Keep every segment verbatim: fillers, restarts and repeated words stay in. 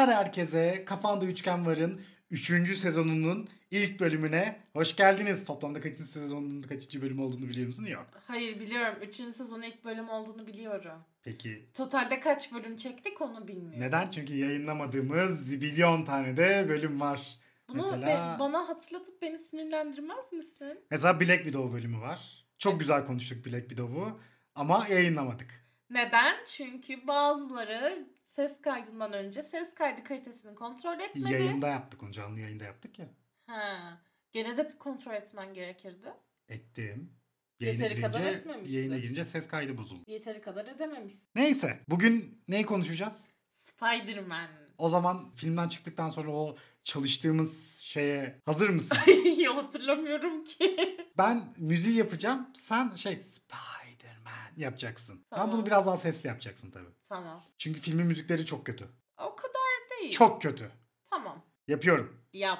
Merhabalar herkese. Kafanda Üçgen Var'ın üçüncü sezonunun ilk bölümüne hoş geldiniz. Toplamda kaçıncı sezonun kaçıncı bölüm olduğunu biliyor musun? Yok. Hayır biliyorum. Üçüncü sezonun ilk bölüm olduğunu biliyorum. Peki. Totalde kaç bölüm çektik onu bilmiyorum. Neden? Çünkü yayınlamadığımız zibilyon tane de bölüm var. Bunu mesela be- bana hatırlatıp beni sinirlendirmez misin? Mesela Black Widow bölümü var. Çok Evet. güzel konuştuk Black Widow'u ama yayınlamadık. Neden? Çünkü bazıları ses kaydından önce ses kaydı kalitesini kontrol etmedi. Yayında yaptık onu. Canlı yayında yaptık ya. Ha. Gene de kontrol etmen gerekirdi. Ettim. Yayına Yeteri kadar girince, etmemişsin. yayına girince ses kaydı bozuldu. Yeteri kadar edememişsin. Neyse. Bugün neyi konuşacağız? Spider-Man. O zaman filmden çıktıktan sonra o çalıştığımız şeye hazır mısın? Ay hatırlamıyorum ki. Ben müziği yapacağım. Sen şey Spider-Man yapacaksın. Tamam. Ama bunu biraz daha sesli yapacaksın tabii. Tamam. Çünkü filmin müzikleri çok kötü. O kadar değil. Çok kötü. Tamam. Yapıyorum. Yap.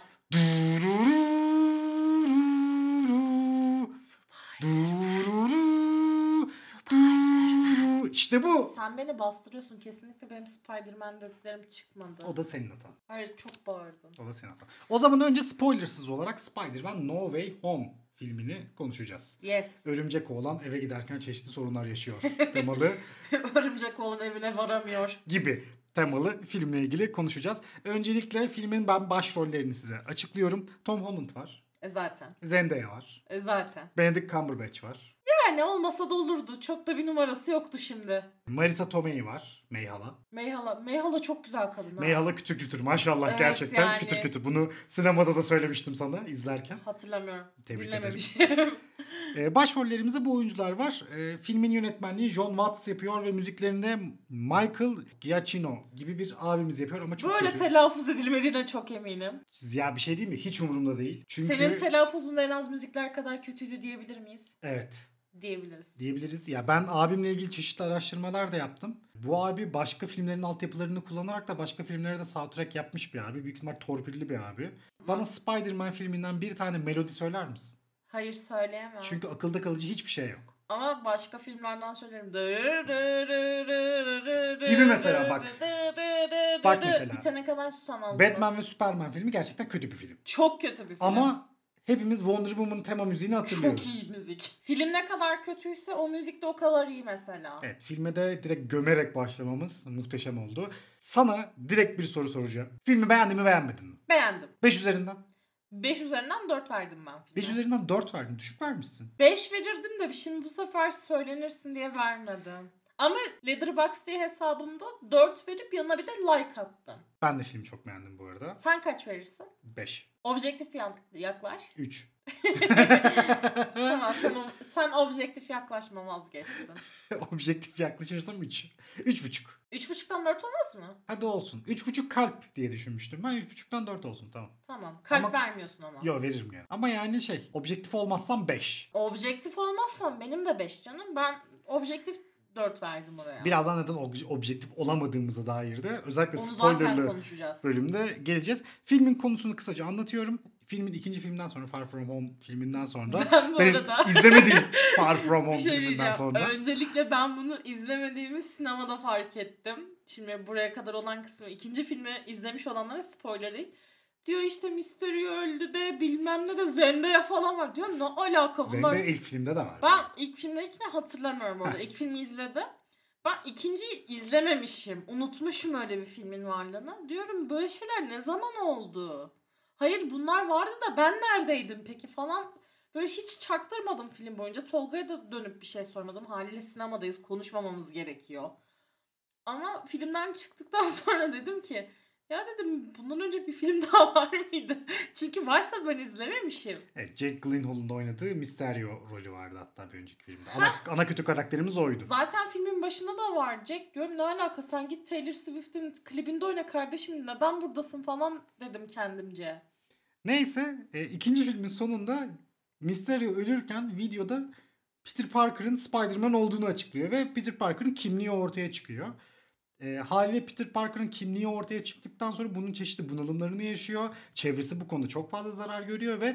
İşte bu. Sen beni bastırıyorsun. Kesinlikle benim Spider-Man dediklerim çıkmadı. O da senin hatan. Hayır çok bağırdın. O da senin hatan. O zaman önce spoilersız olarak Spider-Man No Way Home filmini konuşacağız. Yes. Örümcek oğlan eve giderken çeşitli sorunlar yaşıyor temalı. Örümcek oğlan evine varamıyor. Gibi temalı filmle ilgili konuşacağız. Öncelikle filmin ben başrollerini size açıklıyorum. Tom Holland var. E zaten. Zendaya var. E zaten. Benedict Cumberbatch var. Yani olmasa da olurdu. Çok da bir numarası yoktu şimdi. Marisa Tomei var. Meyhala. Meyhala. Meyhala çok güzel kadın. ha. Meyhala kütür kütür maşallah Evet, gerçekten yani. kütür kütür. Bunu sinemada da söylemiştim sana izlerken. Hatırlamıyorum. Tebrik Dinlememişim. Ee, başrollerimizde bu oyuncular var. Ee, filmin yönetmenliği John Watts yapıyor ve müziklerinde Michael Giacchino gibi bir abimiz yapıyor ama çok Böyle kötü. telaffuz edilmediğine çok eminim. Ya bir şey değil mi? Hiç umurumda değil. Çünkü Senin telaffuzun en az müzikler kadar kötüydü diyebilir miyiz? evet. Diyebiliriz. Diyebiliriz. Ya ben abimle ilgili çeşitli araştırmalar da yaptım. Bu abi başka filmlerin altyapılarını kullanarak da başka filmlere de soundtrack yapmış bir abi. Büyük ihtimal torpilli bir abi. Bana Spider-Man filminden bir tane melodi söyler misin? Hayır söyleyemem. Çünkü akılda kalıcı hiçbir şey yok. Ama başka filmlerden söylerim. Gibi mesela bak. Bak mesela. Bitene kadar susamazdım. Batman ve Superman filmi gerçekten kötü bir film. Çok kötü bir film. Ama hepimiz Wonder Woman tema müziğini hatırlıyoruz. çok iyi müzik. Film ne kadar kötüyse o müzik de o kadar iyi mesela. Evet, filme de direkt gömerek başlamamız muhteşem oldu. Sana direkt bir soru soracağım. Filmi beğendin mi beğenmedin mi? Beğendim. beş üzerinden. beş üzerinden dört verdim ben filme. beş üzerinden dört verdin. Düşük vermişsin. beş verirdim de şimdi bu sefer söylenirsin diye vermedim. Ama Letterboxd diye hesabımda dört verip yanına bir de like attım. Ben de filmi çok beğendim bu arada. Sen kaç verirsin? beş. Objektif yak- yaklaş. üç. Tamam sen, sen objektif yaklaşma vazgeçtin. Objektif yaklaşırsam üç. üç buçuk. üç buçuktan dört olmaz mı? Hadi olsun. üç buçuk kalp diye düşünmüştüm. Ben üç buçuktan dört olsun tamam. Tamam. Kalp Ama- vermiyorsun ama. Yo veririm yani. Ama yani şey objektif olmazsam beş. Objektif olmazsan benim de beş canım. Ben objektif dört verdim oraya. Birazdan neden ob- objektif olamadığımıza dair de özellikle Onu zaten spoilerlı konuşacağız. bölümde geleceğiz. Filmin konusunu kısaca anlatıyorum. Filmin ikinci filmden sonra Far From Home filminden sonra Ben bu senin arada izlemediğin Far From Home bir şey filminden diyeceğim. sonra. Öncelikle ben bunu izlemediğimi sinemada fark ettim. Şimdi buraya kadar olan kısmı ikinci filmi izlemiş olanlara spoiler'ı. Diyor işte Mysterio öldü de bilmem ne de Zendaya falan var. Diyorum ne alaka bunlar. Zendaya ilk filmde de var. Ben ilk filmdekini hatırlamıyorum orada. Heh. İlk filmi izledim. Ben ikinciyi izlememişim. Unutmuşum öyle bir filmin varlığını. Diyorum böyle şeyler ne zaman oldu? Hayır bunlar vardı da ben neredeydim peki falan. Böyle hiç çaktırmadım film boyunca. Tolga'ya da dönüp bir şey sormadım. Haliyle sinemadayız. Konuşmamamız gerekiyor. Ama filmden çıktıktan sonra dedim ki ya dedim bundan önce bir film daha var mıydı? Çünkü varsa ben izlememişim. Evet, Jake Gyllenhaal'ın da oynadığı Mysterio rolü vardı hatta bir önceki filmde. Ana, ana kötü karakterimiz oydu. Zaten filmin başında da var. Jack diyorum ne alaka sen git Taylor Swift'in klibinde oyna kardeşim neden buradasın falan dedim kendimce. Neyse e, ikinci filmin sonunda Mysterio ölürken videoda Peter Parker'ın Spider-Man olduğunu açıklıyor ve Peter Parker'ın kimliği ortaya çıkıyor. E, haliyle Peter Parker'ın kimliği ortaya çıktıktan sonra bunun çeşitli bunalımlarını yaşıyor. Çevresi bu konuda çok fazla zarar görüyor ve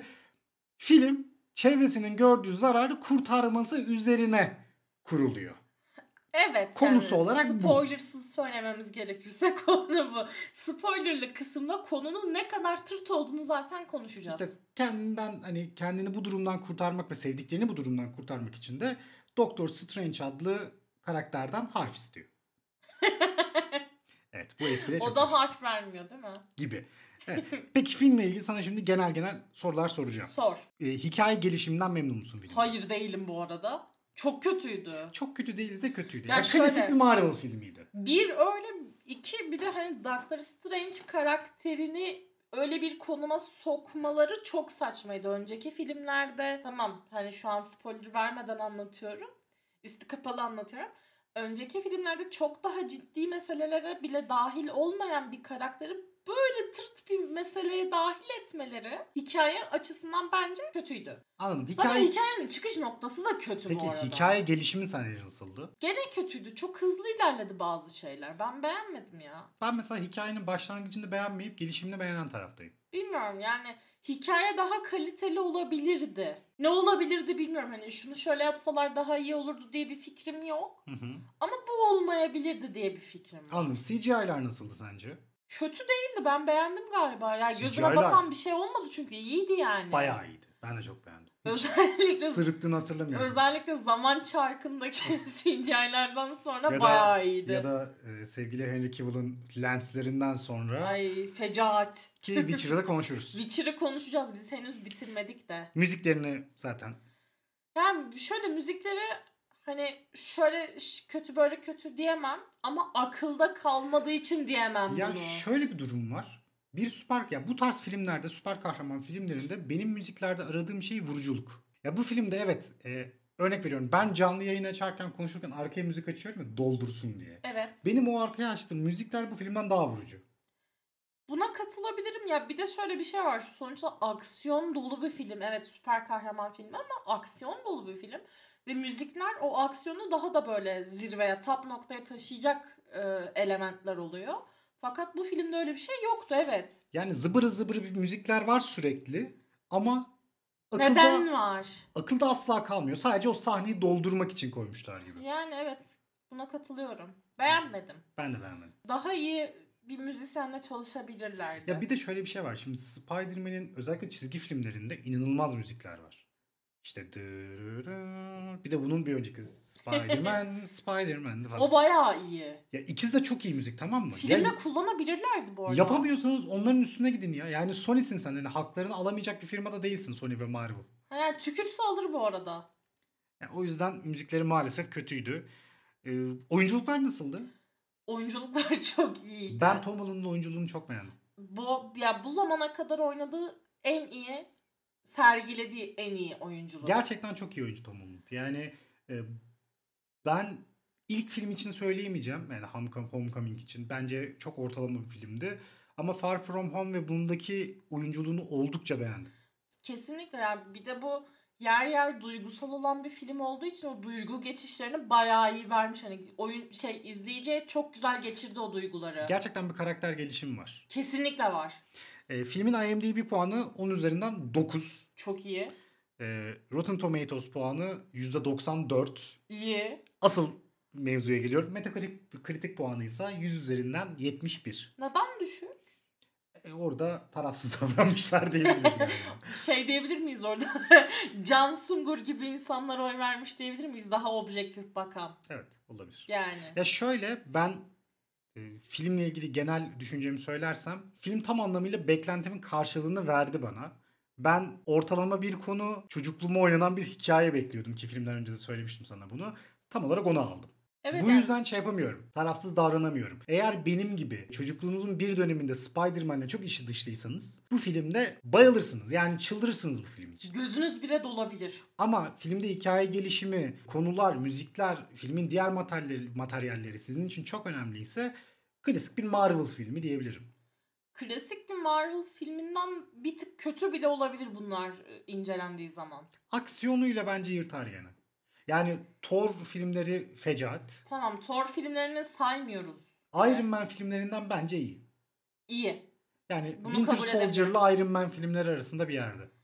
film çevresinin gördüğü zararı kurtarması üzerine kuruluyor. Evet. Konusu yani olarak bu. spoilersız söylememiz gerekirse konu bu. Spoilerlı kısımda konunun ne kadar tırt olduğunu zaten konuşacağız. İşte kendinden hani kendini bu durumdan kurtarmak ve sevdiklerini bu durumdan kurtarmak için de Doktor Strange adlı karakterden harf istiyor. Evet, bu espriye çok O da yakıştı. harf vermiyor değil mi? Gibi. Evet. Peki filmle ilgili sana şimdi genel genel sorular soracağım. Sor. Ee, hikaye gelişiminden memnun musun filmden? Hayır değilim bu arada. Çok kötüydü. Çok kötü değildi de kötüydü. Ya Ya şöyle- klasik bir Marvel filmiydi. Bir öyle, iki bir de hani Doctor Strange karakterini öyle bir konuma sokmaları çok saçmaydı. Önceki filmlerde tamam hani şu an spoiler vermeden anlatıyorum. Üstü kapalı anlatıyorum. Önceki filmlerde çok daha ciddi meselelere bile dahil olmayan bir karakteri böyle tırt bir meseleye dahil etmeleri hikaye açısından bence kötüydü. Anladım. Zaten Hikaye... hikayenin çıkış noktası da kötü Peki bu arada. hikaye gelişimi sence nasıldı? Gene kötüydü. Çok hızlı ilerledi bazı şeyler. Ben beğenmedim ya. Ben mesela hikayenin başlangıcını beğenmeyip gelişimini beğenen taraftayım. Bilmiyorum yani hikaye daha kaliteli olabilirdi. Ne olabilirdi bilmiyorum. Hani şunu şöyle yapsalar daha iyi olurdu diye bir fikrim yok. Hı hı. Ama bu olmayabilirdi diye bir fikrim var. Anladım. C G I'ler nasıldı sence? Kötü değildi. Ben beğendim galiba. Yani C G gözüme I'ler batan bir şey olmadı çünkü iyiydi yani. Bayağı iyiydi. Ben de çok beğendim. Özellikle Sırıttığını hatırlamıyorum. özellikle zaman çarkındaki C G I'lerden sonra Ya da- bayağı iyiydi. Ya da e, sevgili Henry Cavill'ın lenslerinden sonra Ay fecaat. ki Witcher'da konuşuruz. Witcher'ı konuşacağız. Biz henüz bitirmedik de. Müziklerini zaten. Yani şöyle müzikleri hani şöyle ş- kötü böyle kötü diyemem ama akılda kalmadığı için diyemem Ya bunu. şöyle bir durum var. Bir süper ya bu tarz filmlerde, süper kahraman filmlerinde benim müziklerde aradığım şey vuruculuk. Ya bu filmde evet e, örnek veriyorum. Ben canlı yayın açarken konuşurken arkaya müzik açıyorum ya doldursun diye. Evet. Benim o arkaya açtığım müzikler bu filmden daha vurucu. Buna katılabilirim ya. Bir de şöyle bir şey var. Sonuçta aksiyon dolu bir film. Evet süper kahraman filmi ama aksiyon dolu bir film. Ve müzikler o aksiyonu daha da böyle zirveye, top noktaya taşıyacak e, elementler oluyor. Fakat bu filmde öyle bir şey yoktu evet. Yani zıbırı zıbırı bir müzikler var sürekli ama akılda, Neden var? akılda asla kalmıyor. Sadece o sahneyi doldurmak için koymuşlar gibi. Yani evet buna katılıyorum. Beğenmedim. Ben de beğenmedim. Daha iyi bir müzisyenle çalışabilirlerdi. Ya bir de şöyle bir şey var. Şimdi Spider-Man'in özellikle çizgi filmlerinde inanılmaz müzikler var. İşte dırırı, bir de bunun bir önceki Spider-Man, Spider-Man'di falan. O bayağı iyi. Ya ikisi de çok iyi müzik, tamam mı? Filmde Ya, kullanabilirlerdi bu arada. yapamıyorsanız onların üstüne gidin ya. Yani Sony'sin sen. Yani haklarını alamayacak bir firmada değilsin Sony ve Marvel. Yani tükürse alır bu arada. Yani o yüzden müzikleri maalesef kötüydü. Ee, oyunculuklar nasıldı? Oyunculuklar çok iyiydi. Ben Tom Holland'ın oyunculuğunu çok beğendim. bu ya bu zamana kadar oynadığı en iyi, sergilediği en iyi oyunculuğu. Gerçekten çok iyi oyuncu Tom Holland. Yani e, ben ilk film için söyleyemeyeceğim. Yani Homecoming, Homecoming için. Bence çok ortalama bir filmdi. Ama Far From Home ve bundaki oyunculuğunu oldukça beğendim. Kesinlikle yani bir de bu yer yer duygusal olan bir film olduğu için o duygu geçişlerini bayağı iyi vermiş. Hani oyun şey izleyiciye çok güzel geçirdi o duyguları. Gerçekten bir karakter gelişimi var. Kesinlikle var. E, filmin IMDb puanı on üzerinden dokuz. Çok iyi. E, Rotten Tomatoes puanı yüzde doksan dört. İyi. Asıl mevzuya geliyor. Metacritic kritik puanı ise yüz üzerinden yetmiş bir. Neden düşük? E, orada tarafsız davranmışlar diyebiliriz galiba. Şey diyebilir miyiz orada? Can Sungur gibi insanlar oy vermiş diyebilir miyiz? Daha objektif bakan. Evet, olabilir. Yani. Ya şöyle ben e, filmle ilgili genel düşüncemi söylersem film tam anlamıyla beklentimin karşılığını verdi bana. Ben ortalama bir konu, çocukluğuma oynanan bir hikaye bekliyordum ki filmden önce de söylemiştim sana bunu. Tam olarak onu aldım. Evet, Bu yani. yüzden şey yapamıyorum. Tarafsız davranamıyorum. Eğer benim gibi çocukluğunuzun bir döneminde Spider-Man'le çok işi dışlıysanız bu filmde bayılırsınız. Yani çıldırırsınız bu film için. Gözünüz bile dolabilir. Ama filmde hikaye gelişimi, konular, müzikler, filmin diğer materyalleri, materyalleri sizin için çok önemliyse klasik bir Marvel filmi diyebilirim. Klasik bir Marvel filminden bir tık kötü bile olabilir bunlar e, incelendiği zaman. Aksiyonuyla bence yırtar gene. Yani Thor filmleri fecaat. Tamam, Thor filmlerini saymıyoruz. Iron Man filmlerinden bence iyi. İyi. Yani Bunu Winter kabul Soldier'la Iron Man filmleri arasında bir yerde.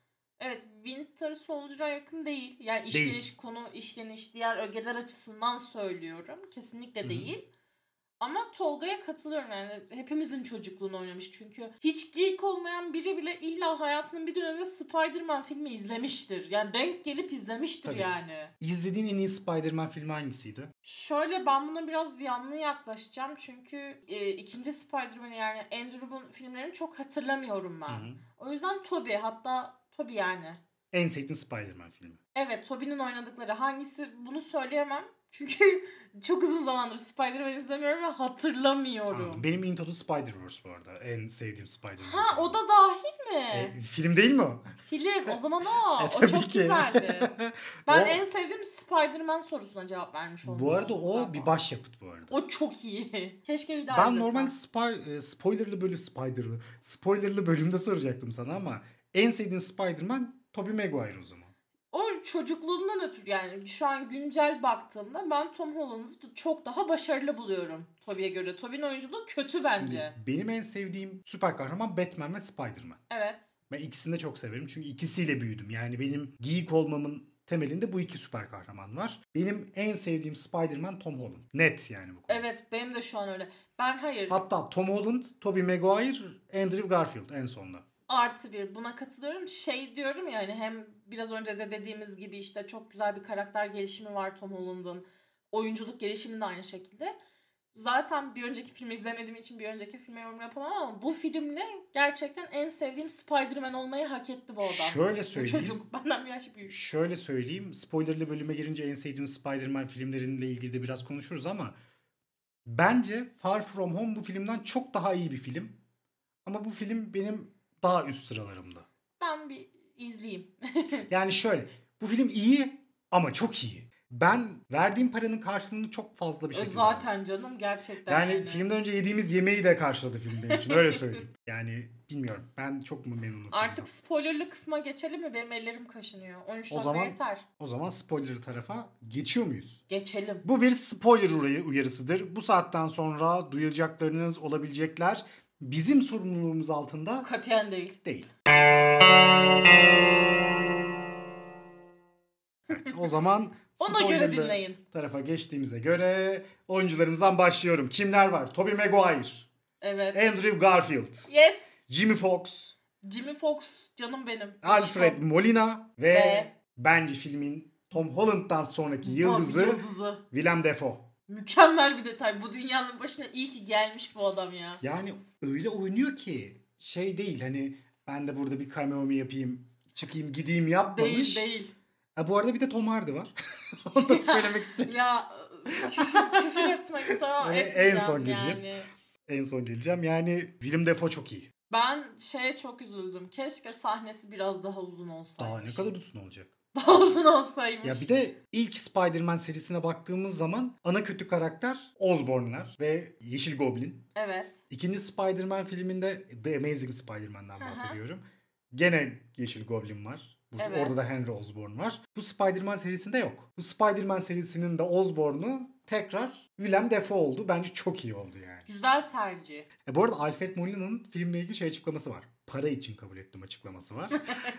Evet, Winter Soldier'a yakın değil. Yani işleniş, Değil. konu işleniş, diğer ögeler açısından söylüyorum. Kesinlikle Hı hı. değil. Ama Tolga'ya katılıyorum yani. Hepimizin çocukluğunu oynamış çünkü. Hiç geek olmayan biri bile illa hayatının bir döneminde Spider-Man filmi izlemiştir. Yani denk gelip izlemiştir Tabii. yani. İzlediğin en iyi Spider-Man filmi hangisiydi? Şöyle, ben buna biraz yanlı yaklaşacağım çünkü e, ikinci Spider-Man'i yani Andrew'un filmlerini çok hatırlamıyorum Hı ben. hı. O yüzden Tobey, hatta Tobey yani. En sevdiğin Spider-Man filmi. Evet, Tobey'nin oynadıkları hangisi bunu söyleyemem. Çünkü çok uzun zamandır Spider-Man izlemiyorum ve hatırlamıyorum. Anladım. Benim Into the Spider-Verse bu arada. En sevdiğim Spider-Man Ha, filmi. o da dahil mi? E, film değil mi o? Film. O zaman o. E, O tabii çok ki. güzeldi. Ben O- en sevdiğim Spider-Man sorusuna cevap vermiş olmuş Bu arada oldum o galiba. bir başyapıt bu arada. O çok iyi. Keşke bir daha Ben izlesem. normal spi- e, spoilerlı bölüm Spider'lı spoilerlı bölümde soracaktım sana ama en sevdiğin Spider-Man Tobey Maguire o zaman. O çocukluğundan ötürü yani şu an güncel baktığımda ben Tom Holland'ı çok daha başarılı buluyorum Tobey'e göre. Tobey'in oyunculuğu kötü bence. Şimdi benim en sevdiğim süper kahraman Batman ve Spider-Man. Evet. Ben ikisini de çok severim çünkü ikisiyle büyüdüm. Yani benim geek olmamın temelinde bu iki süper kahraman var. Benim en sevdiğim Spider-Man Tom Holland. Net yani bu konu. Evet, benim de şu an öyle. Ben hayır. Hatta Tom Holland, Tobey Maguire, Andrew Garfield en sonunda. Artı bir, buna katılıyorum. Şey diyorum ya hani, hem biraz önce de dediğimiz gibi işte çok güzel bir karakter gelişimi var Tom Holland'ın. Oyunculuk gelişimi de aynı şekilde. Zaten bir önceki filmi izlemediğim için bir önceki filme yorum yapamam ama bu filmle gerçekten en sevdiğim Spider-Man olmayı hak etti bu adam. Şöyle Bu söyleyeyim. çocuk benden bir yaş büyük. Şöyle söyleyeyim. Spoilerlı bölüme girince en sevdiğim Spider-Man filmleriyle ilgili de biraz konuşuruz ama bence Far From Home bu filmden çok daha iyi bir film. Ama bu film benim daha üst sıralarımda. Ben bir izleyeyim. Yani şöyle, bu film iyi ama çok iyi. Ben verdiğim paranın karşılığını çok fazla bir şekilde aldım. Zaten canım, gerçekten Yani, yani. filmden önce yediğimiz yemeği de karşıladı film benim için, öyle söyleyeyim. Yani bilmiyorum, ben çok mu memnunum Artık filmden. spoilerlı kısma geçelim mi? Benim ellerim kaşınıyor. on üç O dakika zaman- yeter. O zaman spoiler tarafa geçiyor muyuz? Geçelim. Bu bir spoiler uyarı- uyarısıdır. Bu saatten sonra duyacaklarınız olabilecekler bizim sorumluluğumuz altında Katiyen değil. değil. Evet, o zaman Ona göre spoilerlı dinleyin. tarafa geçtiğimize göre oyuncularımızdan başlıyorum. Kimler var? Tobey Maguire, Evet. Andrew Garfield, Yes. Jimmy Fox, Jimmy Fox canım benim. Alfred Molina ve, Ve- bence filmin Tom Holland'dan sonraki Abi, yıldızı yıldızı. Willem Dafoe. Mükemmel bir detay. Bu dünyanın başına iyi ki gelmiş bu adam ya. Yani öyle oynuyor ki şey değil, hani ben de burada bir cameo'mu yapayım, çıkayım gideyim yapmamış. Değil değil. Ha, bu arada bir de Tom Hardy var. Onu da söylemek istedim. Ya küfür, küfür etmek sonra Oraya en etmeyeceğim son geleceğiz. yani. En son geleceğim. Yani Willem Dafoe çok iyi. Ben şeye çok üzüldüm. Keşke sahnesi biraz daha uzun olsaymış. Daha ne kadar uzun olacak? Daha uzun olsaymış. Ya bir de ilk Spider-Man serisine baktığımız zaman ana kötü karakter Osborn'lar ve Yeşil Goblin. Evet. İkinci Spider-Man filminde The Amazing Spider-Man'den Hı hı. bahsediyorum. Gene Yeşil Goblin var. Bu- Evet. Orada da Henry Osborn var. Bu Spider-Man serisinde yok. Bu Spider-Man serisinin de Osborn'u tekrar Willem Dafoe oldu. Bence çok iyi oldu yani. Güzel tercih. E bu arada Alfred Molina'nın filmle ilgili şey açıklaması var. Para için kabul ettim açıklaması var.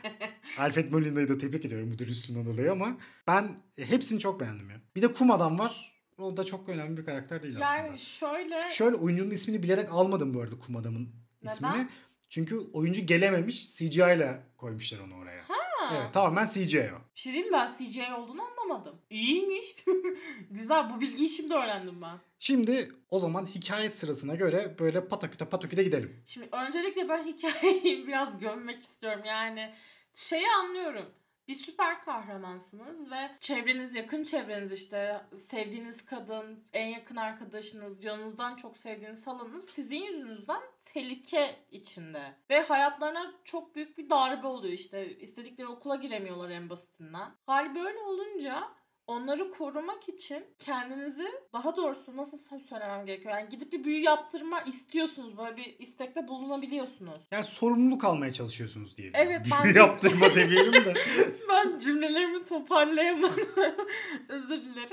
Alfred Molina'yı da tebrik ediyorum bu dürüstlüğünden dolayı ama ben hepsini çok beğendim ya. Bir de Kum Adam var. O da çok önemli bir karakter değil aslında. Yani şöyle... Şöyle, oyuncunun ismini bilerek almadım bu arada Kum Adam'ın ismini. Neden? Çünkü oyuncu gelememiş. C G I ile koymuşlar onu oraya. Ha. Evet, tamamen C G I o. Bir şey diyeyim mi? Ben C G I olduğunu anlamadım. İyiymiş. Güzel. Bu bilgiyi şimdi öğrendim ben. Şimdi o zaman hikaye sırasına göre böyle pataküte pataküte gidelim. Şimdi öncelikle ben hikayeyi biraz gömmek istiyorum. Yani şeyi anlıyorum. Bir süper kahramansınız ve çevreniz, yakın çevreniz, işte sevdiğiniz kadın, en yakın arkadaşınız, canınızdan çok sevdiğiniz halanız sizin yüzünüzden tehlike içinde. Ve hayatlarına çok büyük bir darbe oluyor işte. İstedikleri okula giremiyorlar en basitinden. Hal böyle olunca onları korumak için kendinizi, daha doğrusu nasıl söylemem gerekiyor? Yani gidip bir büyü yaptırma istiyorsunuz. Böyle bir istekte bulunabiliyorsunuz. Yani sorumluluk almaya çalışıyorsunuz diyelim. Evet, ben- Büyü yaptırma demeyelim de. Ben cümlelerimi toparlayamadım. Özür dilerim. Evet,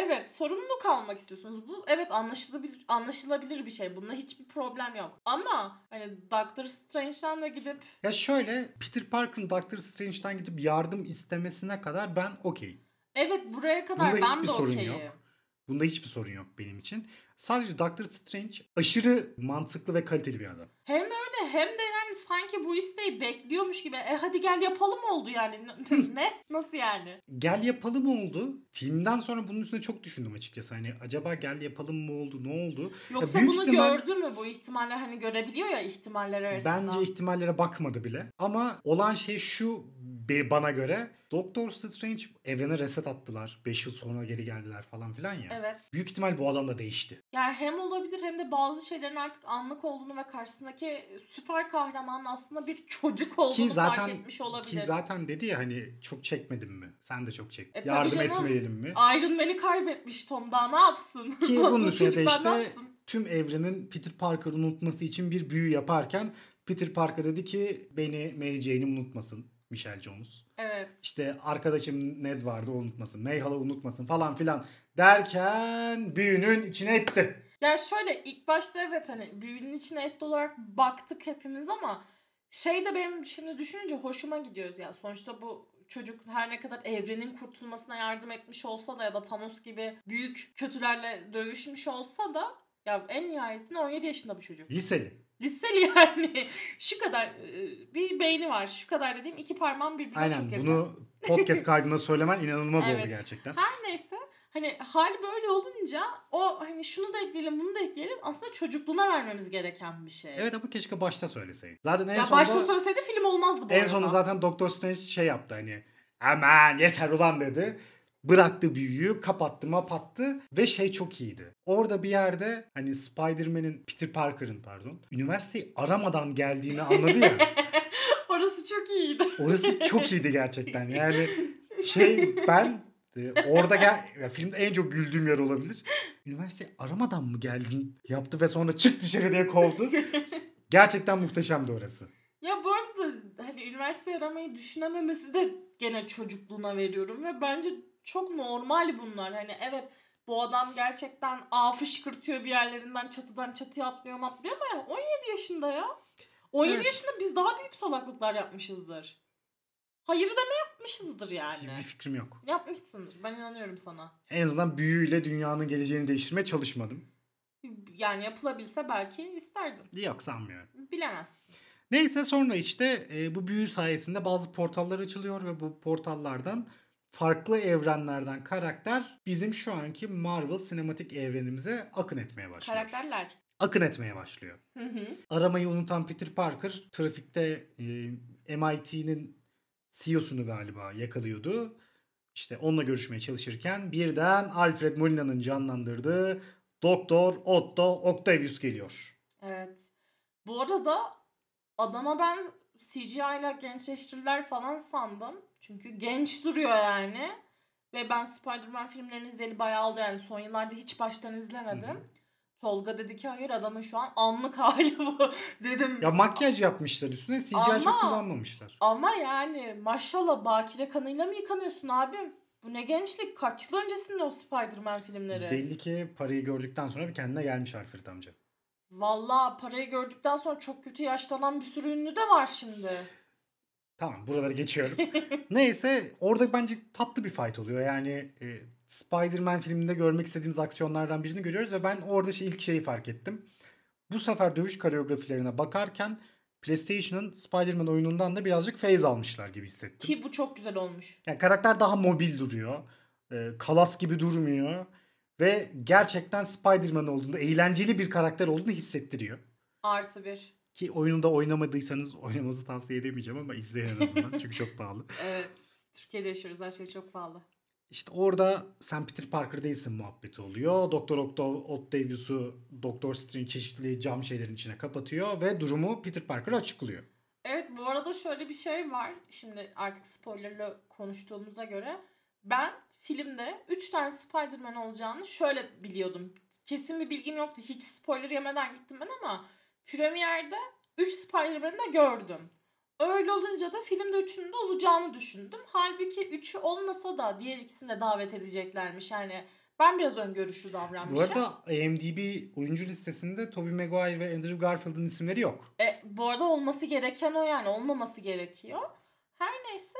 Evet, sorumluluk almak istiyorsunuz. Bu evet anlaşılabilir anlaşılabilir bir şey. Bunda hiçbir problem yok. Ama hani Doctor Strange'den de gidip Ya şöyle, Peter Parker'ın Doctor Strange'den gidip yardım istemesine kadar ben okey. evet buraya Bunda kadar ben hiçbir de sorun okeyim. yok. Bunda hiçbir sorun yok benim için. Sadece Doctor Strange aşırı mantıklı ve kaliteli bir adam. Hem öyle hem de yani sanki bu isteği bekliyormuş gibi. E hadi gel yapalım oldu yani. N- ne? Nasıl yani? Gel yapalım oldu. Filmden sonra bunun üstüne çok düşündüm açıkçası. Hani acaba gel yapalım mı oldu, ne oldu? Ya Yoksa büyük bunu ihtimal gördü mü bu ihtimaller hani görebiliyor ya ihtimaller arasında. bence ihtimallere bakmadı bile. Ama olan şey şu be- bana göre Doctor Strange evrene reset attılar. beş yıl sonra geri geldiler falan filan ya. Evet. Büyük ihtimal bu adam da değişti. Yani hem olabilir hem de bazı şeylerin artık anlık olduğunu ve karşısındaki süper kahramanın aslında bir çocuk olduğunu Ki zaten fark etmiş olabilir. ki zaten dedi ya hani çok çekmedim mi? Sen de çok çek. E tabii Yardım canım. etmeyelim mi? Iron Man'i kaybetmiş Tom, daha ne yapsın? Ki Bu bunun üstüne de çocuk daha ne işte yapsın? tüm evrenin Peter Parker'ı unutması için bir büyü yaparken Peter Parker dedi ki beni Mary Jane'i unutmasın. Michelle Jones. Evet. İşte arkadaşım Ned vardı o unutmasın. Mayhal'ı unutmasın falan filan derken büyünün içine etti. Yani şöyle ilk başta evet hani büyünün içine etli olarak baktık hepimiz ama şey de benim şimdi düşününce hoşuma gidiyor ya. Sonuçta bu çocuk her ne kadar evrenin kurtulmasına yardım etmiş olsa da ya da Thanos gibi büyük kötülerle dövüşmüş olsa da ya en nihayetinde on yedi yaşında bu çocuk. Liseli. Liseli yani. Şu kadar e, bir beyni var. Şu kadar dediğim iki parmağım birbirine Aynen çok yakın. bunu podcast kaydında söylemen inanılmaz oldu Evet. gerçekten. Her neyse hani hali böyle olunca o hani şunu da ekleyelim bunu da ekleyelim aslında çocukluğuna vermemiz gereken bir şey. Evet ama keşke başta söyleseydin. Zaten en Ya sonunda başta söyleseydi film olmazdı bu en arada. sonunda zaten Doctor Strange şey yaptı hani aman yeter ulan dedi. Bıraktı büyüyü, kapattı, mapattı ve şey çok iyiydi. Orada bir yerde hani Spider-Man'in, Peter Parker'ın pardon, üniversiteyi aramadan geldiğini anladı ya. Orası çok iyiydi. Orası çok iyiydi gerçekten. Yani şey ben e, orada gel ya filmde en çok güldüğüm yer olabilir. Üniversiteyi aramadan mı geldin yaptı ve sonra çık dışarı diye kovdu. Gerçekten muhteşemdi orası. Ya bu arada hani üniversite aramayı düşünememesi de gene çocukluğuna veriyorum ve bence çok normal bunlar. Hani evet bu adam gerçekten ağ fışkırtıyor bir yerlerinden çatıdan çatıya atlıyor atlıyor ama yani on yedi yaşında ya. on yedi Evet. yaşında biz daha büyük salaklıklar yapmışızdır. Hayır deme yapmışızdır yani. Bir fikrim yok. Yapmışsındır. Ben inanıyorum sana. En azından büyüyle dünyanın geleceğini değiştirmeye çalışmadım. Yani yapılabilse belki isterdim. Yok sanmıyorum. Bilemezsin. Neyse sonra işte e, bu büyü sayesinde bazı portallar açılıyor ve bu portallardan farklı evrenlerden karakter bizim şu anki Marvel sinematik evrenimize akın etmeye başlıyor. Karakterler. Akın etmeye başlıyor. Hı hı. Aramayı unutan Peter Parker trafikte e, M I T'nin C E O'sunu galiba yakalıyordu. İşte onunla görüşmeye çalışırken birden Alfred Molina'nın canlandırdığı Doktor Otto Octavius geliyor. Evet. Bu arada adama ben C G I ile gençleştirirler falan sandım. Çünkü genç duruyor yani. Ve ben Spider-Man filmlerini izleyeli bayağı oldu yani. Son yıllarda hiç baştan izlemedim. Hı hı. Tolga dedi ki hayır adamın şu an anlık hali bu. Dedim. Ya makyaj yapmışlar üstüne C G I çok Ama- kullanmamışlar. Ama yani maşallah bakire kanıyla mı yıkanıyorsun abim? Bu ne gençlik? Kaç yıl öncesinde o Spider-Man filmleri? Belli ki parayı gördükten sonra bir kendine gelmiş Alfred amca. Vallahi parayı gördükten sonra çok kötü yaşlanan bir sürü ünlü de var şimdi. Tamam buraları geçiyorum. Neyse orada bence tatlı bir fight oluyor. Yani e, Spider-Man filminde görmek istediğimiz aksiyonlardan birini görüyoruz ve ben orada şey, ilk şeyi fark ettim. Bu sefer dövüş koreografilerine bakarken PlayStation'ın Spider-Man oyunundan da birazcık feyz almışlar gibi hissettim. Ki bu çok güzel olmuş. Yani karakter daha mobil duruyor. E, kalas gibi durmuyor. Ve gerçekten Spider-Man olduğunda eğlenceli bir karakter olduğunu hissettiriyor. Artı bir. Ki oyununda oynamadıysanız oynamanızı tavsiye edemeyeceğim ama izleyin en azından çünkü çok pahalı. Evet. Türkiye'de yaşıyoruz. Her şey çok pahalı. İşte orada sen Peter Parker değilsin muhabbeti oluyor. Doktor Octavius'u Doktor Strange çeşitli cam şeylerin içine kapatıyor ve durumu Peter Parker'a açıklıyor. Evet bu arada şöyle bir şey var. Şimdi artık spoilerlı konuştuğumuza göre ben filmde üç tane Spider-Man olacağını şöyle biliyordum. Kesin bir bilgim yoktu. Hiç spoiler yemeden gittim ben ama premierde üç Spider-Man'i de gördüm. Öyle olunca da filmde üçünün de olacağını düşündüm. Halbuki üçü olmasa da diğer ikisini de davet edeceklermiş. Yani Ben biraz öngörüşlü Bu davranmışım. arada I M D B oyuncu listesinde Tobey Maguire ve Andrew Garfield'ın isimleri yok. E, bu arada olması gereken o yani. Olmaması gerekiyor. Her neyse.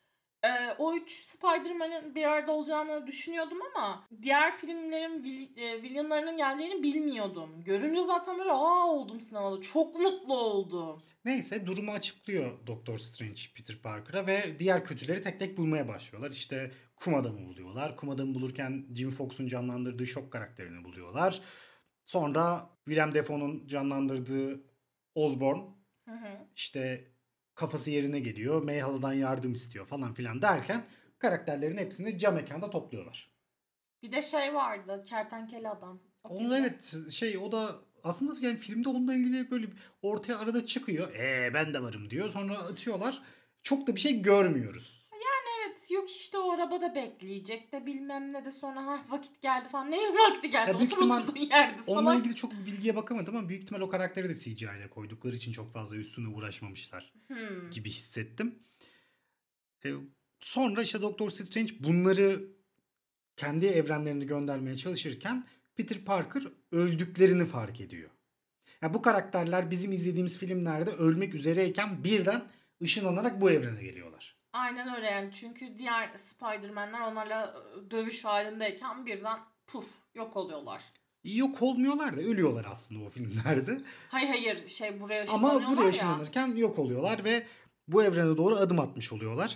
E, o üç Spider-Man'in bir arada olacağını düşünüyordum ama diğer filmlerin vil- e, villainlarının geleceğini bilmiyordum. Görünce zaten böyle aa oldum sinemada. Çok mutlu oldum. Neyse durumu açıklıyor Doktor Strange Peter Parker'a ve diğer kötüleri tek tek bulmaya başlıyorlar. İşte kum adamı buluyorlar. Kum adamı bulurken Jimmy Foxx'un canlandırdığı Şok karakterini buluyorlar. Sonra Willem Dafoe'nun canlandırdığı Osborn Hı hı. işte kafası yerine geliyor. Mayhall'dan yardım istiyor falan filan derken karakterlerin hepsini cam mekanda topluyorlar. Bir de şey vardı. Kertenkele adam. O Onun kimdi? evet şey o da aslında yani filmde onunla ilgili böyle bir ortaya arada çıkıyor. Ee ben de varım diyor. Sonra atıyorlar. Çok da bir şey görmüyoruz. Evet yok işte o arabada bekleyecek de bilmem ne de sonra ha vakit geldi falan. Ne vakti geldi? Ya büyük Otur ihtimal oturduğun yerde onunla falan. ilgili çok bir bilgiye bakamadım ama büyük ihtimal o karakteri de C G I ile koydukları için çok fazla üstüne uğraşmamışlar Hmm. gibi hissettim. Ee, sonra işte Doktor Strange bunları kendi evrenlerini göndermeye çalışırken Peter Parker öldüklerini fark ediyor. Yani bu karakterler bizim izlediğimiz filmlerde ölmek üzereyken birden ışınlanarak bu evrene geliyorlar. Aynen öyle yani. Çünkü diğer Spider-Man'ler onlarla e, dövüş halindeyken birden puf yok oluyorlar. Yok olmuyorlar da ölüyorlar aslında o filmlerde. Hayır hayır şey buraya Ama buraya ışınlanıyorlar ya. ışınlanırken yok oluyorlar ve bu evrene doğru adım atmış oluyorlar.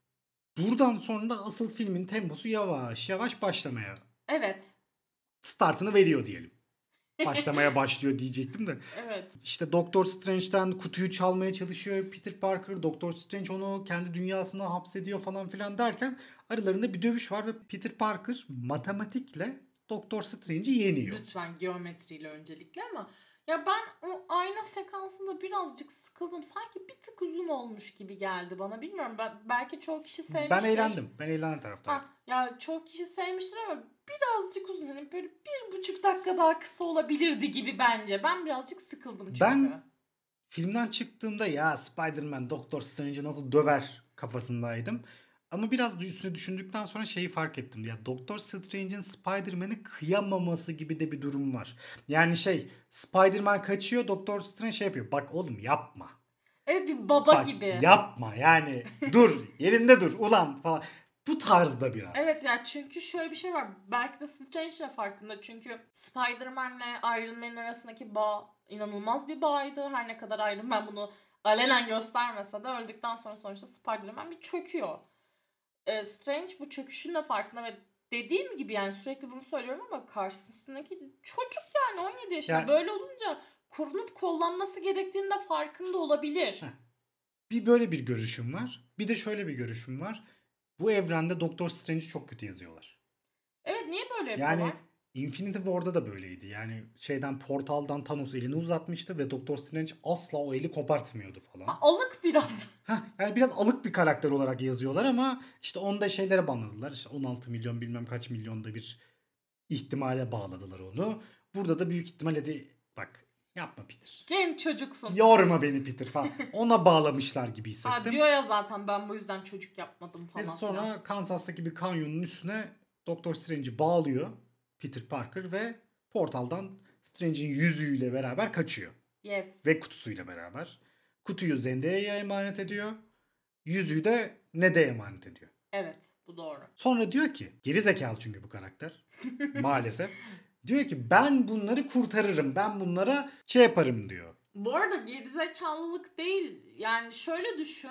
Buradan sonra asıl filmin temposu yavaş yavaş başlamaya Evet. startını veriyor diyelim. Başlamaya başlıyor diyecektim de. Evet. İşte Doktor Strange'den kutuyu çalmaya çalışıyor Peter Parker. Doktor Strange onu kendi dünyasına hapsediyor falan filan derken aralarında bir dövüş var ve Peter Parker matematikle Doktor Strange'i yeniyor. Lütfen geometriyle öncelikle ama ya ben o ayna sekansında birazcık sıkıldım. Sanki bir tık uzun olmuş gibi geldi bana. Bilmiyorum ben belki çoğu kişi sevmiştir. Ben eğlendim. Ben eğlenen taraftayım. Ha, ya çoğu kişi sevmiştir ama birazcık uzun. Yani böyle bir buçuk dakika daha kısa olabilirdi gibi bence. Ben birazcık sıkıldım çünkü. Ben filmden çıktığımda ya Spider-Man Doktor Strange'i nasıl döver kafasındaydım. Ama biraz üstüne düşündükten sonra şeyi fark ettim. Ya Doktor Strange'in Spider-Man'i kıyamaması gibi de bir durum var. Yani şey Spider-Man kaçıyor Doktor Strange şey yapıyor. Bak oğlum yapma. Evet bir baba Bak gibi. yapma yani dur yerinde dur ulan falan. Bu tarzda biraz. Evet ya çünkü şöyle bir şey var. Belki de Strange de farkında. Çünkü Spider-Man'le Iron Man'in arasındaki bağ inanılmaz bir bağydı. Her ne kadar Iron Man bunu alenen göstermese de öldükten sonra sonuçta Spider-Man bir çöküyor. Ee, Strange bu çöküşün de farkında ve dediğim gibi yani sürekli bunu söylüyorum ama karşısındaki çocuk yani on yedi yaşında. Yani- Böyle olunca korunup kollanması gerektiğinde farkında olabilir. Heh. Bir böyle bir görüşüm var. Bir de şöyle bir görüşüm var. Bu evrende Doktor Strange'i çok kötü yazıyorlar. Evet niye böyle yapıyorlar? Yani Infinity War'da da böyleydi. Yani şeyden portaldan Thanos elini uzatmıştı ve Doktor Strange asla o eli kopartmıyordu falan. Ha, alık biraz. Heh, yani biraz alık bir karakter olarak yazıyorlar ama işte onda şeylere banladılar. İşte on altı milyon bilmem kaç milyonda bir ihtimale bağladılar onu. Burada da büyük ihtimal hadi bak yapma Peter. Genç çocuksun. Yorma beni Peter falan. Ona bağlamışlar gibi Ha, hissettim. diyor ya zaten ben bu yüzden çocuk yapmadım Ve falan sonra filan. Kansas'taki bir kanyonun üstüne Doktor Strange'i bağlıyor Peter Parker ve portaldan Strange'in yüzüğüyle beraber kaçıyor. Yes. Ve kutusuyla beraber. Kutuyu Zendaya'ya emanet ediyor. Yüzüğü de Ned'e emanet ediyor. Evet bu doğru. Sonra diyor ki geri zekalı çünkü bu karakter. Maalesef. Diyor ki ben bunları kurtarırım. Ben bunlara şey yaparım diyor. Bu arada gerizekalılık değil. Yani şöyle düşün.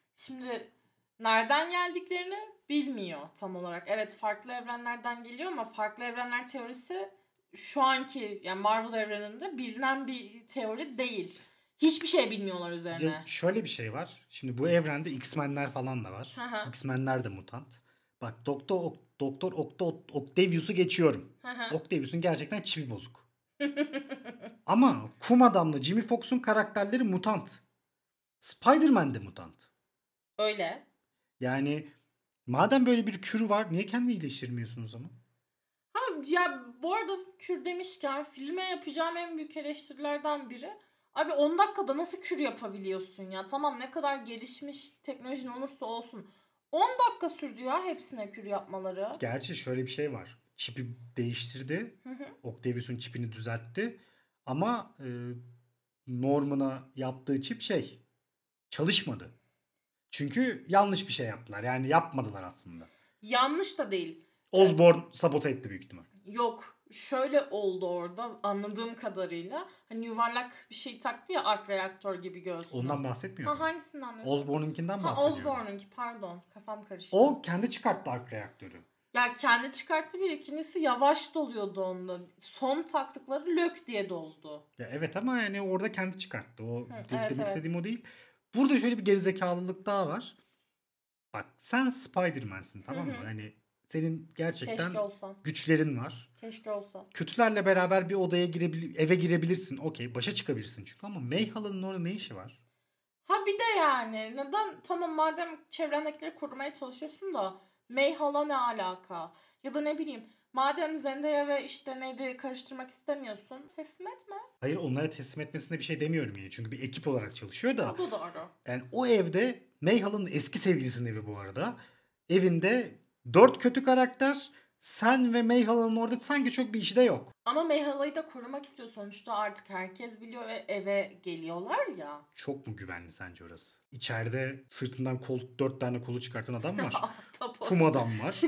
Şimdi nereden geldiklerini bilmiyor tam olarak. Evet farklı evrenlerden geliyor ama farklı evrenler teorisi şu anki yani Marvel evreninde bilinen bir teori değil. Hiçbir şey bilmiyorlar üzerine. Ya şöyle bir şey var. Şimdi bu evrende X-Men'ler falan da var. Hı hı. X-Men'ler de mutant. Bak Doktor Ok- Doktor Octo Octavius'u geçiyorum. Hı hı. Octavius'un gerçekten çivi bozuk. Ama Kum Adam'la Jimmy Fox'un karakterleri mutant. Spider-Man de mutant. Öyle. Yani madem böyle bir kürü var niye kendini iyileştirmiyorsun o zaman? Ha ya bu arada kür demişken filme yapacağım en büyük eleştirilerden biri. Abi on dakikada nasıl kür yapabiliyorsun ya? Tamam ne kadar gelişmiş teknolojin olursa olsun. on dakika sürdü ya hepsine kür yapmaları. Gerçi şöyle bir şey var. çipi değiştirdi. Hı hı. Octavius'un çipini düzeltti. Ama e, Norman'a yaptığı çip şey çalışmadı. Çünkü yanlış bir şey yaptılar. Yani yapmadılar aslında. Yanlış da değil. Osborn sabote etti büyük ihtimal. Yok. Şöyle oldu orada anladığım kadarıyla. Hani yuvarlak bir şey taktı ya ark reaktör gibi göğsüne. Ondan bahsetmiyorum. Ha hangisinden bahsediyorsun? Osborn'unkinden Ha bahsediyorum. Osborn'unki pardon. Kafam karıştı. O kendi çıkarttı ark reaktörü. Ya kendi çıkarttı bir, ikincisi yavaş doluyordu onda. Son taktıkları lök diye doldu. Ya evet ama yani orada kendi çıkarttı. O Hı, de- evet, demek evet. istediğim o değil. Burada şöyle bir gerizekalılık daha var. Bak sen Spider-Man'sin, tamam mı? Hı hı. Hani senin gerçekten Keşke olsam. güçlerin var. Keşke olsam. Kötülerle beraber bir odaya girebilir, eve girebilirsin. Okey, başa çıkabilirsin çünkü, ama Mayhala'nın orada ne işi var? Ha bir de yani neden, tamam madem çevrendekileri korumaya çalışıyorsun da Mayhal'a ne alaka? Ya da ne bileyim, madem Zendaya ve işte neydi karıştırmak istemiyorsun, teslim etme. Hayır, onlara teslim etmesine bir şey demiyorum yani. Çünkü bir ekip olarak çalışıyor da. O da doğru. Yani o evde, Mayhal'ın eski sevgilisinin evi bu arada. Evinde dört kötü karakter. Sen ve Mayhal'ın orada sanki çok bir işi de yok. Ama Mayhal'ı da korumak istiyor sonuçta, artık herkes biliyor ve eve geliyorlar ya. Çok mu güvenli sence orası? İçeride sırtından kol, dört tane kolu çıkartan adam var. Ahtapot. Kum adam var.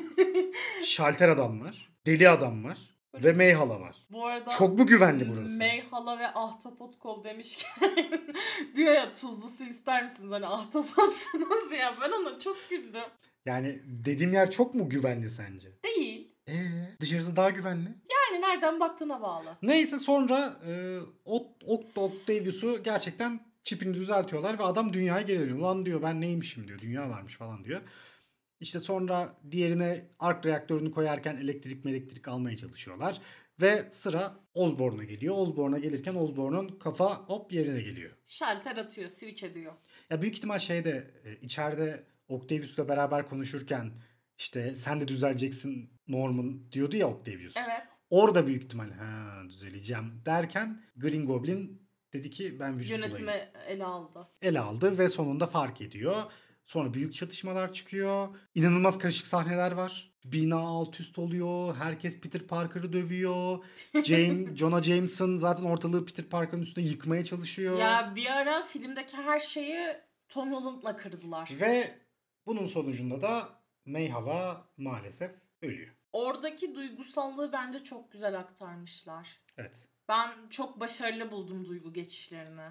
Şalter adam var. Deli adam var. Ve Mayhala var. Bu arada Çok mu güvenli burası? Mayhala ve ahtapot kol demişken diyor ya, tuzlu su ister misiniz? Hani ahtapotsunuz ya. Ben ona çok güldüm. Yani dediğim yer çok mu güvenli sence? Değil. Ee, dışarısı daha güvenli. Yani nereden baktığına bağlı. Neyse sonra e, Ot- Ot- Octavius'u gerçekten çipini düzeltiyorlar ve adam dünyaya geri dönüyor. Lan diyor, ben neymişim diyor. Dünya varmış falan diyor. İşte sonra diğerine ark reaktörünü koyarken elektrik elektrik almaya çalışıyorlar. Ve sıra Osborn'a geliyor. Osborn'a gelirken Osborn'un kafa hop yerine geliyor. Şalter atıyor, switch ediyor. Ya büyük ihtimal şeyde e, içeride Octavius'la beraber konuşurken işte sen de düzeleceksin Norman diyordu ya Octavius. Evet. Orada büyük ihtimal ha düzeleceğim derken Green Goblin dedi ki ben vücut bulayım. Yönetimi ele aldı. Ele aldı ve sonunda fark ediyor. Sonra büyük çatışmalar çıkıyor. İnanılmaz karışık sahneler var. Bina alt üst oluyor. Herkes Peter Parker'ı dövüyor. Jane, Jonah Jameson zaten ortalığı Peter Parker'ın üstüne yıkmaya çalışıyor. Ya bir ara filmdeki her şeyi Tom Holland'la kırdılar. Ve bunun sonucunda da Mayhala maalesef ölüyor. Oradaki duygusallığı bence çok güzel aktarmışlar. Evet. Ben çok başarılı buldum duygu geçişlerini.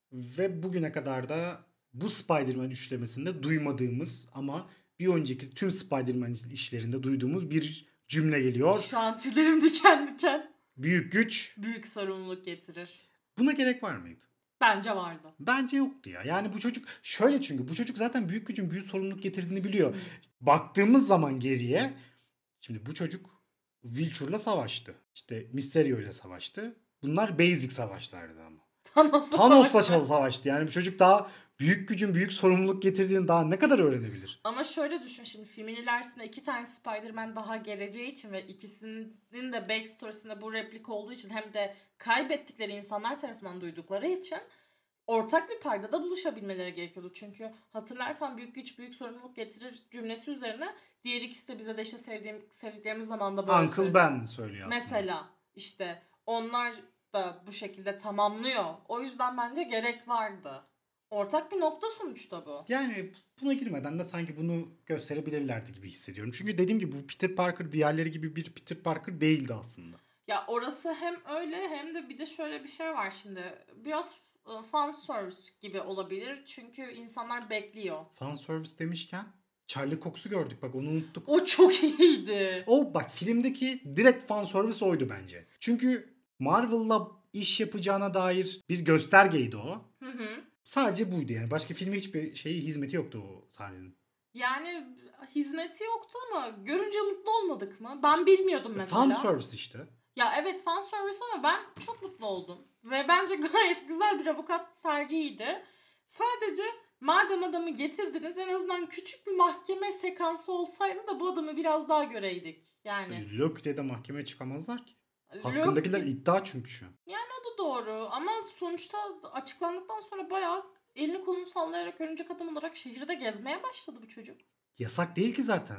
Ve bugüne kadar da bu Spider-Man üçlemesinde duymadığımız ama bir önceki tüm Spider-Man işlerinde duyduğumuz bir cümle geliyor. Şu an tüylerim diken diken. Büyük güç Büyük sorumluluk getirir. buna gerek var mıydı? Bence vardı. Bence yoktu ya. Yani bu çocuk şöyle, çünkü bu çocuk zaten büyük gücün büyük sorumluluk getirdiğini biliyor. Hı. Baktığımız zaman geriye, şimdi bu çocuk Vulture'la savaştı. İşte Mysterio ile savaştı. Bunlar basic savaşlardı ama. Thanos'la, Thanos'la savaştı. savaştı. Yani bu çocuk daha büyük gücün büyük sorumluluk getirdiğini daha ne kadar öğrenebilir? Ama şöyle düşün, şimdi filmin ilerisinde iki tane Spider-Man daha geleceği için ve ikisinin de backstory'sinde bu replik olduğu için, hem de kaybettikleri insanlar tarafından duydukları için ortak bir paydada buluşabilmeleri gerekiyordu. Çünkü hatırlarsan büyük güç büyük sorumluluk getirir cümlesi üzerine diğer ikisi de bize de işte sevdiğim, sevdiklerimiz zamanında böyle Uncle söyledi. Ben söylüyor aslında. Mesela işte onlar da bu şekilde tamamlıyor. O yüzden bence gerek vardı. Ortak bir nokta sonuçta bu. Yani buna girmeden de sanki bunu gösterebilirlerdi gibi hissediyorum. Çünkü dediğim gibi bu Peter Parker diğerleri gibi bir Peter Parker değildi aslında. Ya orası hem öyle hem de bir de şöyle bir şey var şimdi. Biraz e, fan service gibi olabilir. Çünkü insanlar bekliyor. Fan service demişken Charlie Cox'u gördük, bak onu unuttuk. O çok iyiydi. O bak filmdeki direkt fan service oydu bence. Çünkü Marvel'la iş yapacağına dair bir göstergeydi o. Hı hı. Sadece buydu yani. Başka filme hiçbir şeyi, hizmeti yoktu o sahnenin. Yani hizmeti yoktu ama görünce mutlu olmadık mı? Ben bilmiyordum mesela. Fan service işte. Ya evet fan service ama ben çok mutlu oldum. Ve bence gayet güzel bir avukat tercihiydi. Sadece madem adamı getirdiniz, en azından küçük bir mahkeme sekansı olsaydı da bu adamı biraz daha göreydik. Yani. Lök diye de mahkemeye çıkamazlar ki. Lök- Hakkındakiler iddia çünkü şu an. O da doğru ama sonuçta açıklandıktan sonra bayağı elini kolunu sallayarak örümcek adam olarak şehirde gezmeye başladı bu çocuk. Yasak değil ki zaten.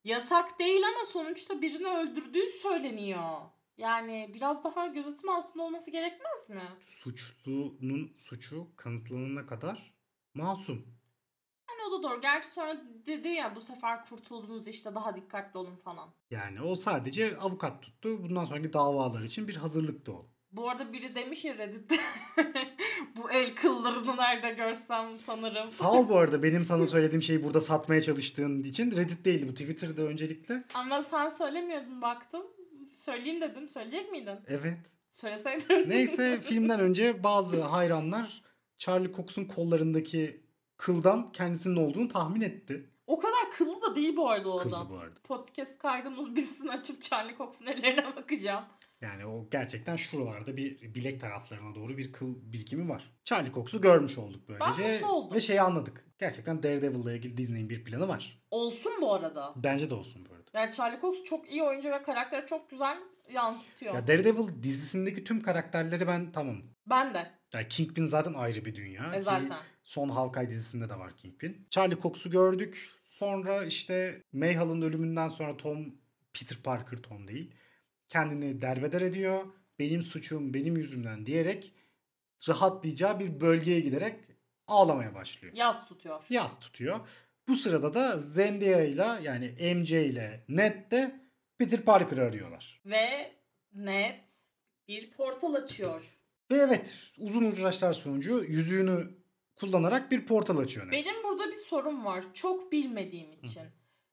Yasak değil ama sonuçta birini öldürdüğü söyleniyor. Yani biraz daha gözetim altında olması gerekmez mi? Suçlunun suçu kanıtlanana kadar masum. Yani o da doğru. Gerçi sonra dedi ya bu sefer kurtuldunuz işte daha dikkatli olun falan. Yani o sadece avukat tuttu. Bundan sonraki davalar için bir hazırlıktı o. Bu arada biri demiş ya Reddit'te bu el kıllarını nerede görsem tanırım. Sağ ol bu arada benim sana söylediğim şeyi burada satmaya çalıştığın için. Reddit değildi bu, Twitter'da öncelikle. Ama sen söylemiyordun baktım. Söyleyeyim dedim. Söyleyecek miydin? Evet. Söyleseydin. Neyse filmden önce bazı hayranlar Charlie Cox'un kollarındaki kıldan kendisinin olduğunu tahmin etti. O kadar kıllı da değil bu arada o Kızdı adam. bu arada. Podcast kaydımız bitsin açıp Charlie Cox'un ellerine bakacağım. Yani o gerçekten şuralarda bir bilek taraflarına doğru bir kıl birikimi var. Charlie Cox'u görmüş olduk böylece. Ben mutlu oldum. Ve şeyi anladık. Gerçekten Daredevil'la ilgili Disney'in bir planı var. Olsun bu arada. Bence de olsun bu arada. Yani Charlie Cox çok iyi oyuncu ve karakteri çok güzel yansıtıyor. Ya Daredevil dizisindeki tüm karakterleri ben tamam. Ben de. Yani Kingpin zaten ayrı bir dünya. E Ki zaten. son Hawkeye dizisinde de var Kingpin. Charlie Cox'u gördük. Sonra işte Mayhal'ın ölümünden sonra Tom, Peter Parker Tom değil, kendini derbeder ediyor. Benim suçum, benim yüzümden diyerek rahatlayacağı bir bölgeye giderek ağlamaya başlıyor. Yaz tutuyor. Yas tutuyor. Bu sırada da Zendaya ile yani M J ile Ned de Peter Parker'ı arıyorlar. Ve Ned bir portal açıyor. Ve evet uzun uğraşlar sonucu yüzüğünü kullanarak bir portal açıyor Ned. Benim burada bir sorum var. Çok bilmediğim için.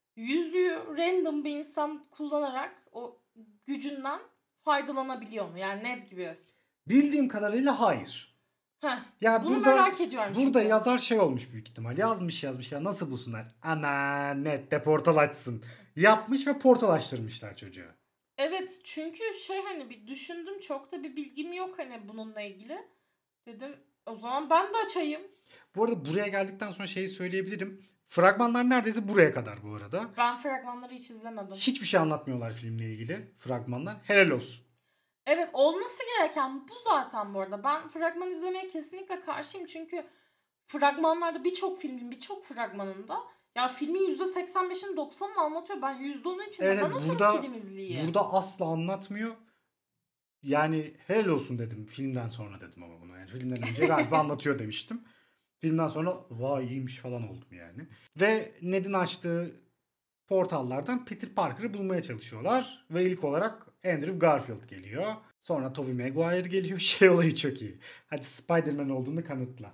Yüzüğü random bir insan kullanarak o gücünden faydalanabiliyor mu? Yani Ned gibi. Bildiğim kadarıyla hayır. Heh, Ya bunu burada merak ediyorum. burada çünkü. yazar şey olmuş büyük ihtimal. Yazmış yazmış ya nasıl bulsunlar? Aman Ned de portal açsın. Yapmış ve portal açtırmışlar çocuğa. Evet çünkü şey hani bir düşündüm çok da bir bilgim yok hani bununla ilgili. Dedim o zaman ben de açayım. Bu arada buraya geldikten sonra şeyi söyleyebilirim. Fragmanlar neredeyse buraya kadar bu arada. Ben fragmanları hiç izlemedim. Hiçbir şey anlatmıyorlar filmle ilgili fragmanlar. Helal olsun. Evet olması gereken bu zaten bu arada. Ben fragman izlemeye kesinlikle karşıyım çünkü fragmanlarda birçok filmin birçok fragmanında ya filmin yüzde seksen beşini doksanını anlatıyor. Ben yüzde onu için Evet, neden oturup burada- film izleyeyim? Burada asla anlatmıyor. Yani helal olsun dedim. Filmden sonra dedim ama bunu. Yani filmden önce galiba anlatıyor demiştim. Filmden sonra vay iyiymiş falan oldum yani. Ve Ned'in açtığı portallardan Peter Parker'ı bulmaya çalışıyorlar. Ve ilk olarak Andrew Garfield geliyor. Sonra Tobey Maguire geliyor. Şey olayı çok iyi. Hadi Spider-Man olduğunu kanıtla.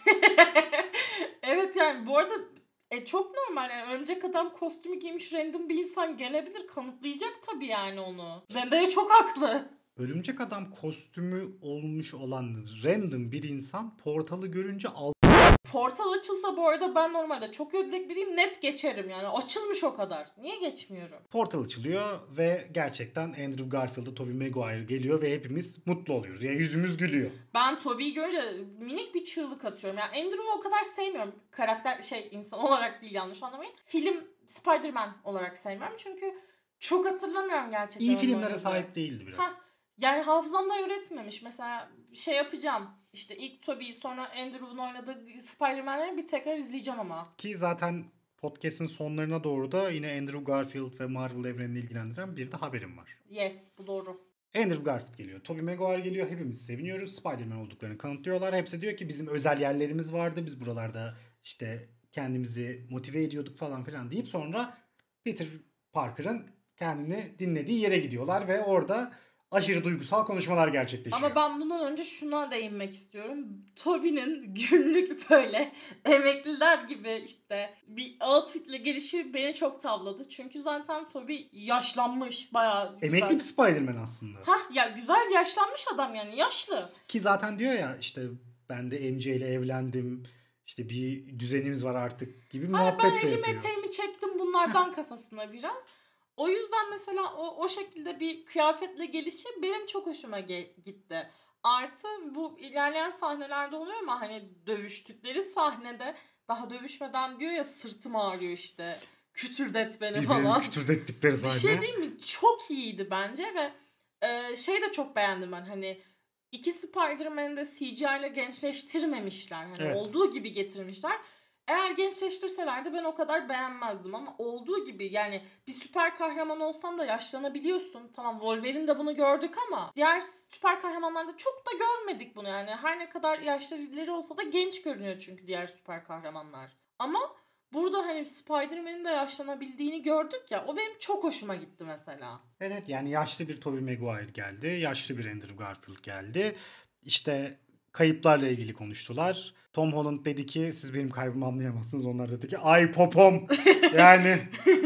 Evet yani bu arada e, çok normal yani örümcek adam kostümü giymiş random bir insan gelebilir kanıtlayacak tabii yani onu. Zendaya çok haklı. Örümcek adam kostümü olmuş olan random bir insan portalı görünce al Portal açılsa bu arada ben normalde çok ödlek biriyim net geçerim yani açılmış o kadar. Niye geçmiyorum? portal açılıyor ve gerçekten Andrew Garfield'da Tobey Maguire geliyor ve hepimiz mutlu oluyoruz. Yani yüzümüz gülüyor. Ben Tobey'i görünce minik bir çığlık atıyorum. Yani Andrew'u o kadar sevmiyorum. Karakter şey insan olarak değil yanlış anlamayın. Film Spider-Man olarak sevmiyorum çünkü çok hatırlamıyorum gerçekten. İyi onun filmlere oynadığı. sahip değildi biraz. Ha, yani hafızamda üretmemiş. Mesela şey yapacağım. İşte ilk Tobey sonra Andrew'un oynadığı Spider-Man'leri bir tekrar izleyeceğim ama. Ki zaten podcast'in sonlarına doğru da yine Andrew Garfield ve Marvel evrenini ilgilendiren bir de haberim var. Yes bu doğru. Andrew Garfield geliyor. Tobey Maguire geliyor. Hepimiz seviniyoruz. Spider-Man olduklarını kanıtlıyorlar. Hepsi diyor ki bizim özel yerlerimiz vardı. Biz buralarda işte kendimizi motive ediyorduk falan filan deyip sonra Peter Parker'ın kendini dinlediği yere gidiyorlar ve orada aşırı duygusal konuşmalar gerçekleşiyor. Ama ben bundan önce şuna değinmek istiyorum. Tobey'nin günlük böyle emekliler gibi işte bir outfitle gelişi beni çok tavladı. Çünkü zaten Tobey yaşlanmış bayağı güzel. Emekli bir Spider-Man aslında. Hah ya güzel yaşlanmış adam yani yaşlı. Ki zaten diyor ya işte ben de M J ile evlendim. İşte bir düzenimiz var artık gibi Hani muhabbet ben de elimi yapıyor. eteğimi çektim bunlardan kafasına biraz. O yüzden mesela o, o şekilde bir kıyafetle gelişi benim çok hoşuma ge- gitti. Artı bu ilerleyen sahnelerde oluyor ama hani dövüştükleri sahnede daha dövüşmeden diyor ya sırtım ağrıyor işte. Kütürdet beni Birbirini falan. kütürdettikleri Bir sahne. şey değil mi? Çok iyiydi bence ve e, şey de çok beğendim ben hani iki Spider-Man'i de C G I ile gençleştirmemişler. Hani Evet. olduğu gibi getirmişler. Eğer gençleştirselerdi ben o kadar beğenmezdim ama olduğu gibi yani bir süper kahraman olsan da yaşlanabiliyorsun. Tamam Wolverine de bunu gördük ama diğer süper kahramanlarda çok da görmedik bunu yani. Her ne kadar yaşlı birileri olsa da genç görünüyor çünkü diğer süper kahramanlar. Ama burada hani Spider-Man'in de yaşlanabildiğini gördük ya o benim çok hoşuma gitti mesela. Evet yani yaşlı bir Tobey Maguire geldi. Yaşlı bir Andrew Garfield geldi. İşte kayıplarla ilgili konuştular. Tom Holland dedi ki siz benim kaybımı anlayamazsınız. Onlar dedi ki ay popom. Yani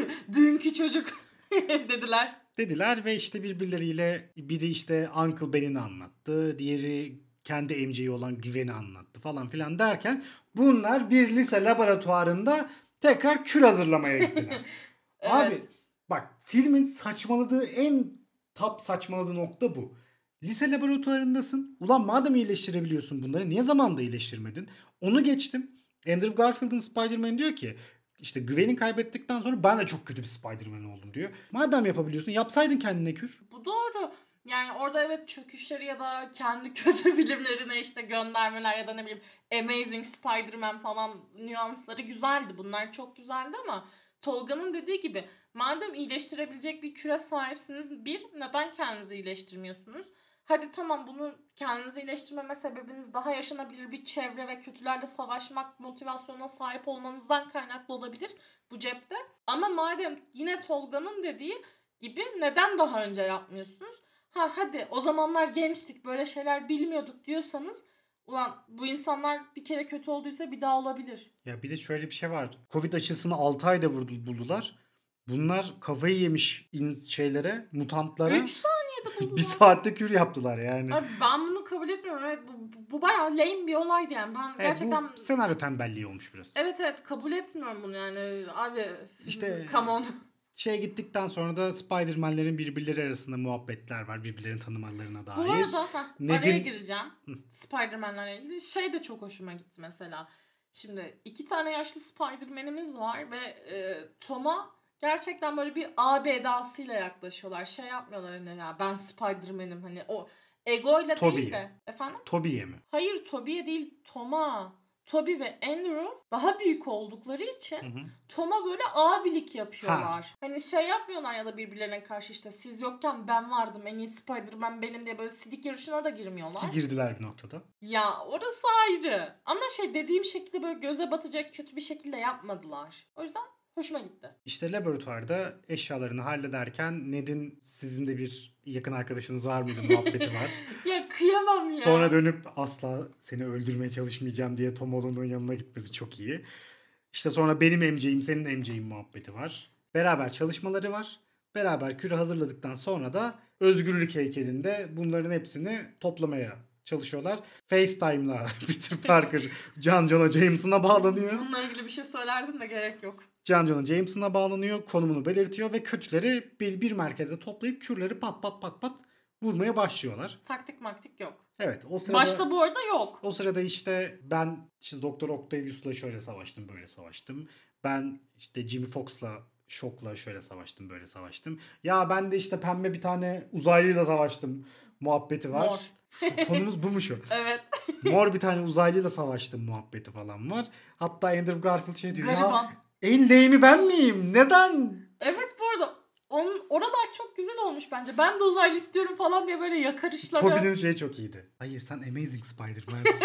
Dünkü çocuk dediler. dediler ve işte birbirleriyle biri işte Uncle Ben'ini anlattı. Diğeri kendi emceği olan Gwen'i anlattı falan filan derken bunlar bir lise laboratuvarında tekrar kür hazırlamaya gittiler. Evet. Abi bak filmin saçmaladığı en top saçmaladığı nokta bu. Lise laboratuvarındasın. Ulan madem iyileştirebiliyorsun bunları niye zamanında iyileştirmedin? Onu geçtim. Andrew Garfield'ın Spider-Man diyor ki işte Gwen'i kaybettikten sonra ben de çok kötü bir Spider-Man oldum diyor. Madem yapabiliyorsun yapsaydın kendine kür. Bu doğru. Yani orada evet çöküşleri ya da kendi kötü filmlerine işte göndermeler ya da ne bileyim Amazing Spider-Man falan nüansları güzeldi. Bunlar çok güzeldi ama Tolga'nın dediği gibi madem iyileştirebilecek bir küre sahipsiniz bir neden kendinizi iyileştirmiyorsunuz? Hadi tamam bunu kendinizi iyileştirmeme sebebiniz daha yaşanabilir bir çevre ve kötülerle savaşmak motivasyonuna sahip olmanızdan kaynaklı olabilir bu cepte. Ama madem yine Tolga'nın dediği gibi neden daha önce yapmıyorsunuz? Ha hadi o zamanlar gençtik böyle şeyler bilmiyorduk diyorsanız ulan bu insanlar bir kere kötü olduysa bir daha olabilir. Ya bir de şöyle bir şey var. Covid aşısını altı ayda vurdu, buldular. Bunlar kafayı yemiş in- şeylere, mutantlara üç saniyede buldular. bir saatte kür yaptılar yani. Abi ben bunu kabul etmiyorum. Evet bu, bu, bu bayağı lame bir olaydı yani. Ben Evet, gerçekten bu senaryo tembelliği olmuş biraz. evet evet kabul etmiyorum bunu yani. Abi İşte come on. Şeye gittikten sonra da Spider-Man'lerin birbirleri arasında muhabbetler var. Birbirlerini tanımalarına Bu dair. arada heh, Ned'in- araya gireceğim. Spider-Man'lerle ilgili şey de çok hoşuma gitti mesela. Şimdi iki tane yaşlı Spider-Man'imiz var ve e, Tom'a gerçekten böyle bir abi edasıyla yaklaşıyorlar. Şey yapmıyorlar hani ya ben Spider-Man'im hani o egoyla Tobey'e. değil de. Efendim? Tobey'e mi? Hayır Tobey'e değil Tom'a. Tobey ve Andrew daha büyük oldukları için Hı hı. Tom'a böyle abilik yapıyorlar. Hani şey yapmıyorlar ya da birbirlerine karşı işte siz yokken ben vardım en iyi Spider-Man benim diye böyle sidik yarışına da girmiyorlar. Ki girdiler bir noktada. Ya orası ayrı. Ama şey dediğim şekilde böyle göze batacak kötü bir şekilde yapmadılar. O yüzden hoşuma gitti. İşte laboratuvarda eşyalarını hallederken Ned'in sizin de bir yakın arkadaşınız var mıydı muhabbeti var. Ya kıyamam ya. Sonra dönüp asla seni öldürmeye çalışmayacağım diye Tom Holland'ın yanına gitmesi çok iyi. İşte sonra benim emceğim senin emceğin muhabbeti var. Beraber çalışmaları var. Beraber küre hazırladıktan sonra da özgürlük heykelinde bunların hepsini toplamaya çalışıyorlar. FaceTime'la Peter Parker John Jonah Jameson'a bağlanıyor. Bununla ilgili bir şey söylerdim de gerek yok. John Jonah Jameson'a bağlanıyor. Konumunu belirtiyor ve kötüleri bir, bir merkeze toplayıp kürleri pat pat pat pat vurmaya başlıyorlar. Taktik maktik yok. Evet o sırada... Başta bu arada yok. O sırada işte ben işte Doktor Octavius'la şöyle savaştım, böyle savaştım. Ben işte Jimmy Fox'la, Shock'la şöyle savaştım, böyle savaştım. Ya ben de işte pembe bir tane uzaylıyla savaştım muhabbeti var. Mor. Şu, konumuz bu mu şu? Evet. Mor bir tane uzaylıyla savaştım muhabbeti falan var. Hatta Andrew Garfield şey diyor Gariban. ya en lame'i ben miyim? Neden? Evet bu arada onun, oralar çok güzel olmuş bence. Ben de uzaylı istiyorum falan diye böyle yakarışlara. Tobey'nin şeyi çok iyiydi. Hayır sen Amazing Spider-Man'sin.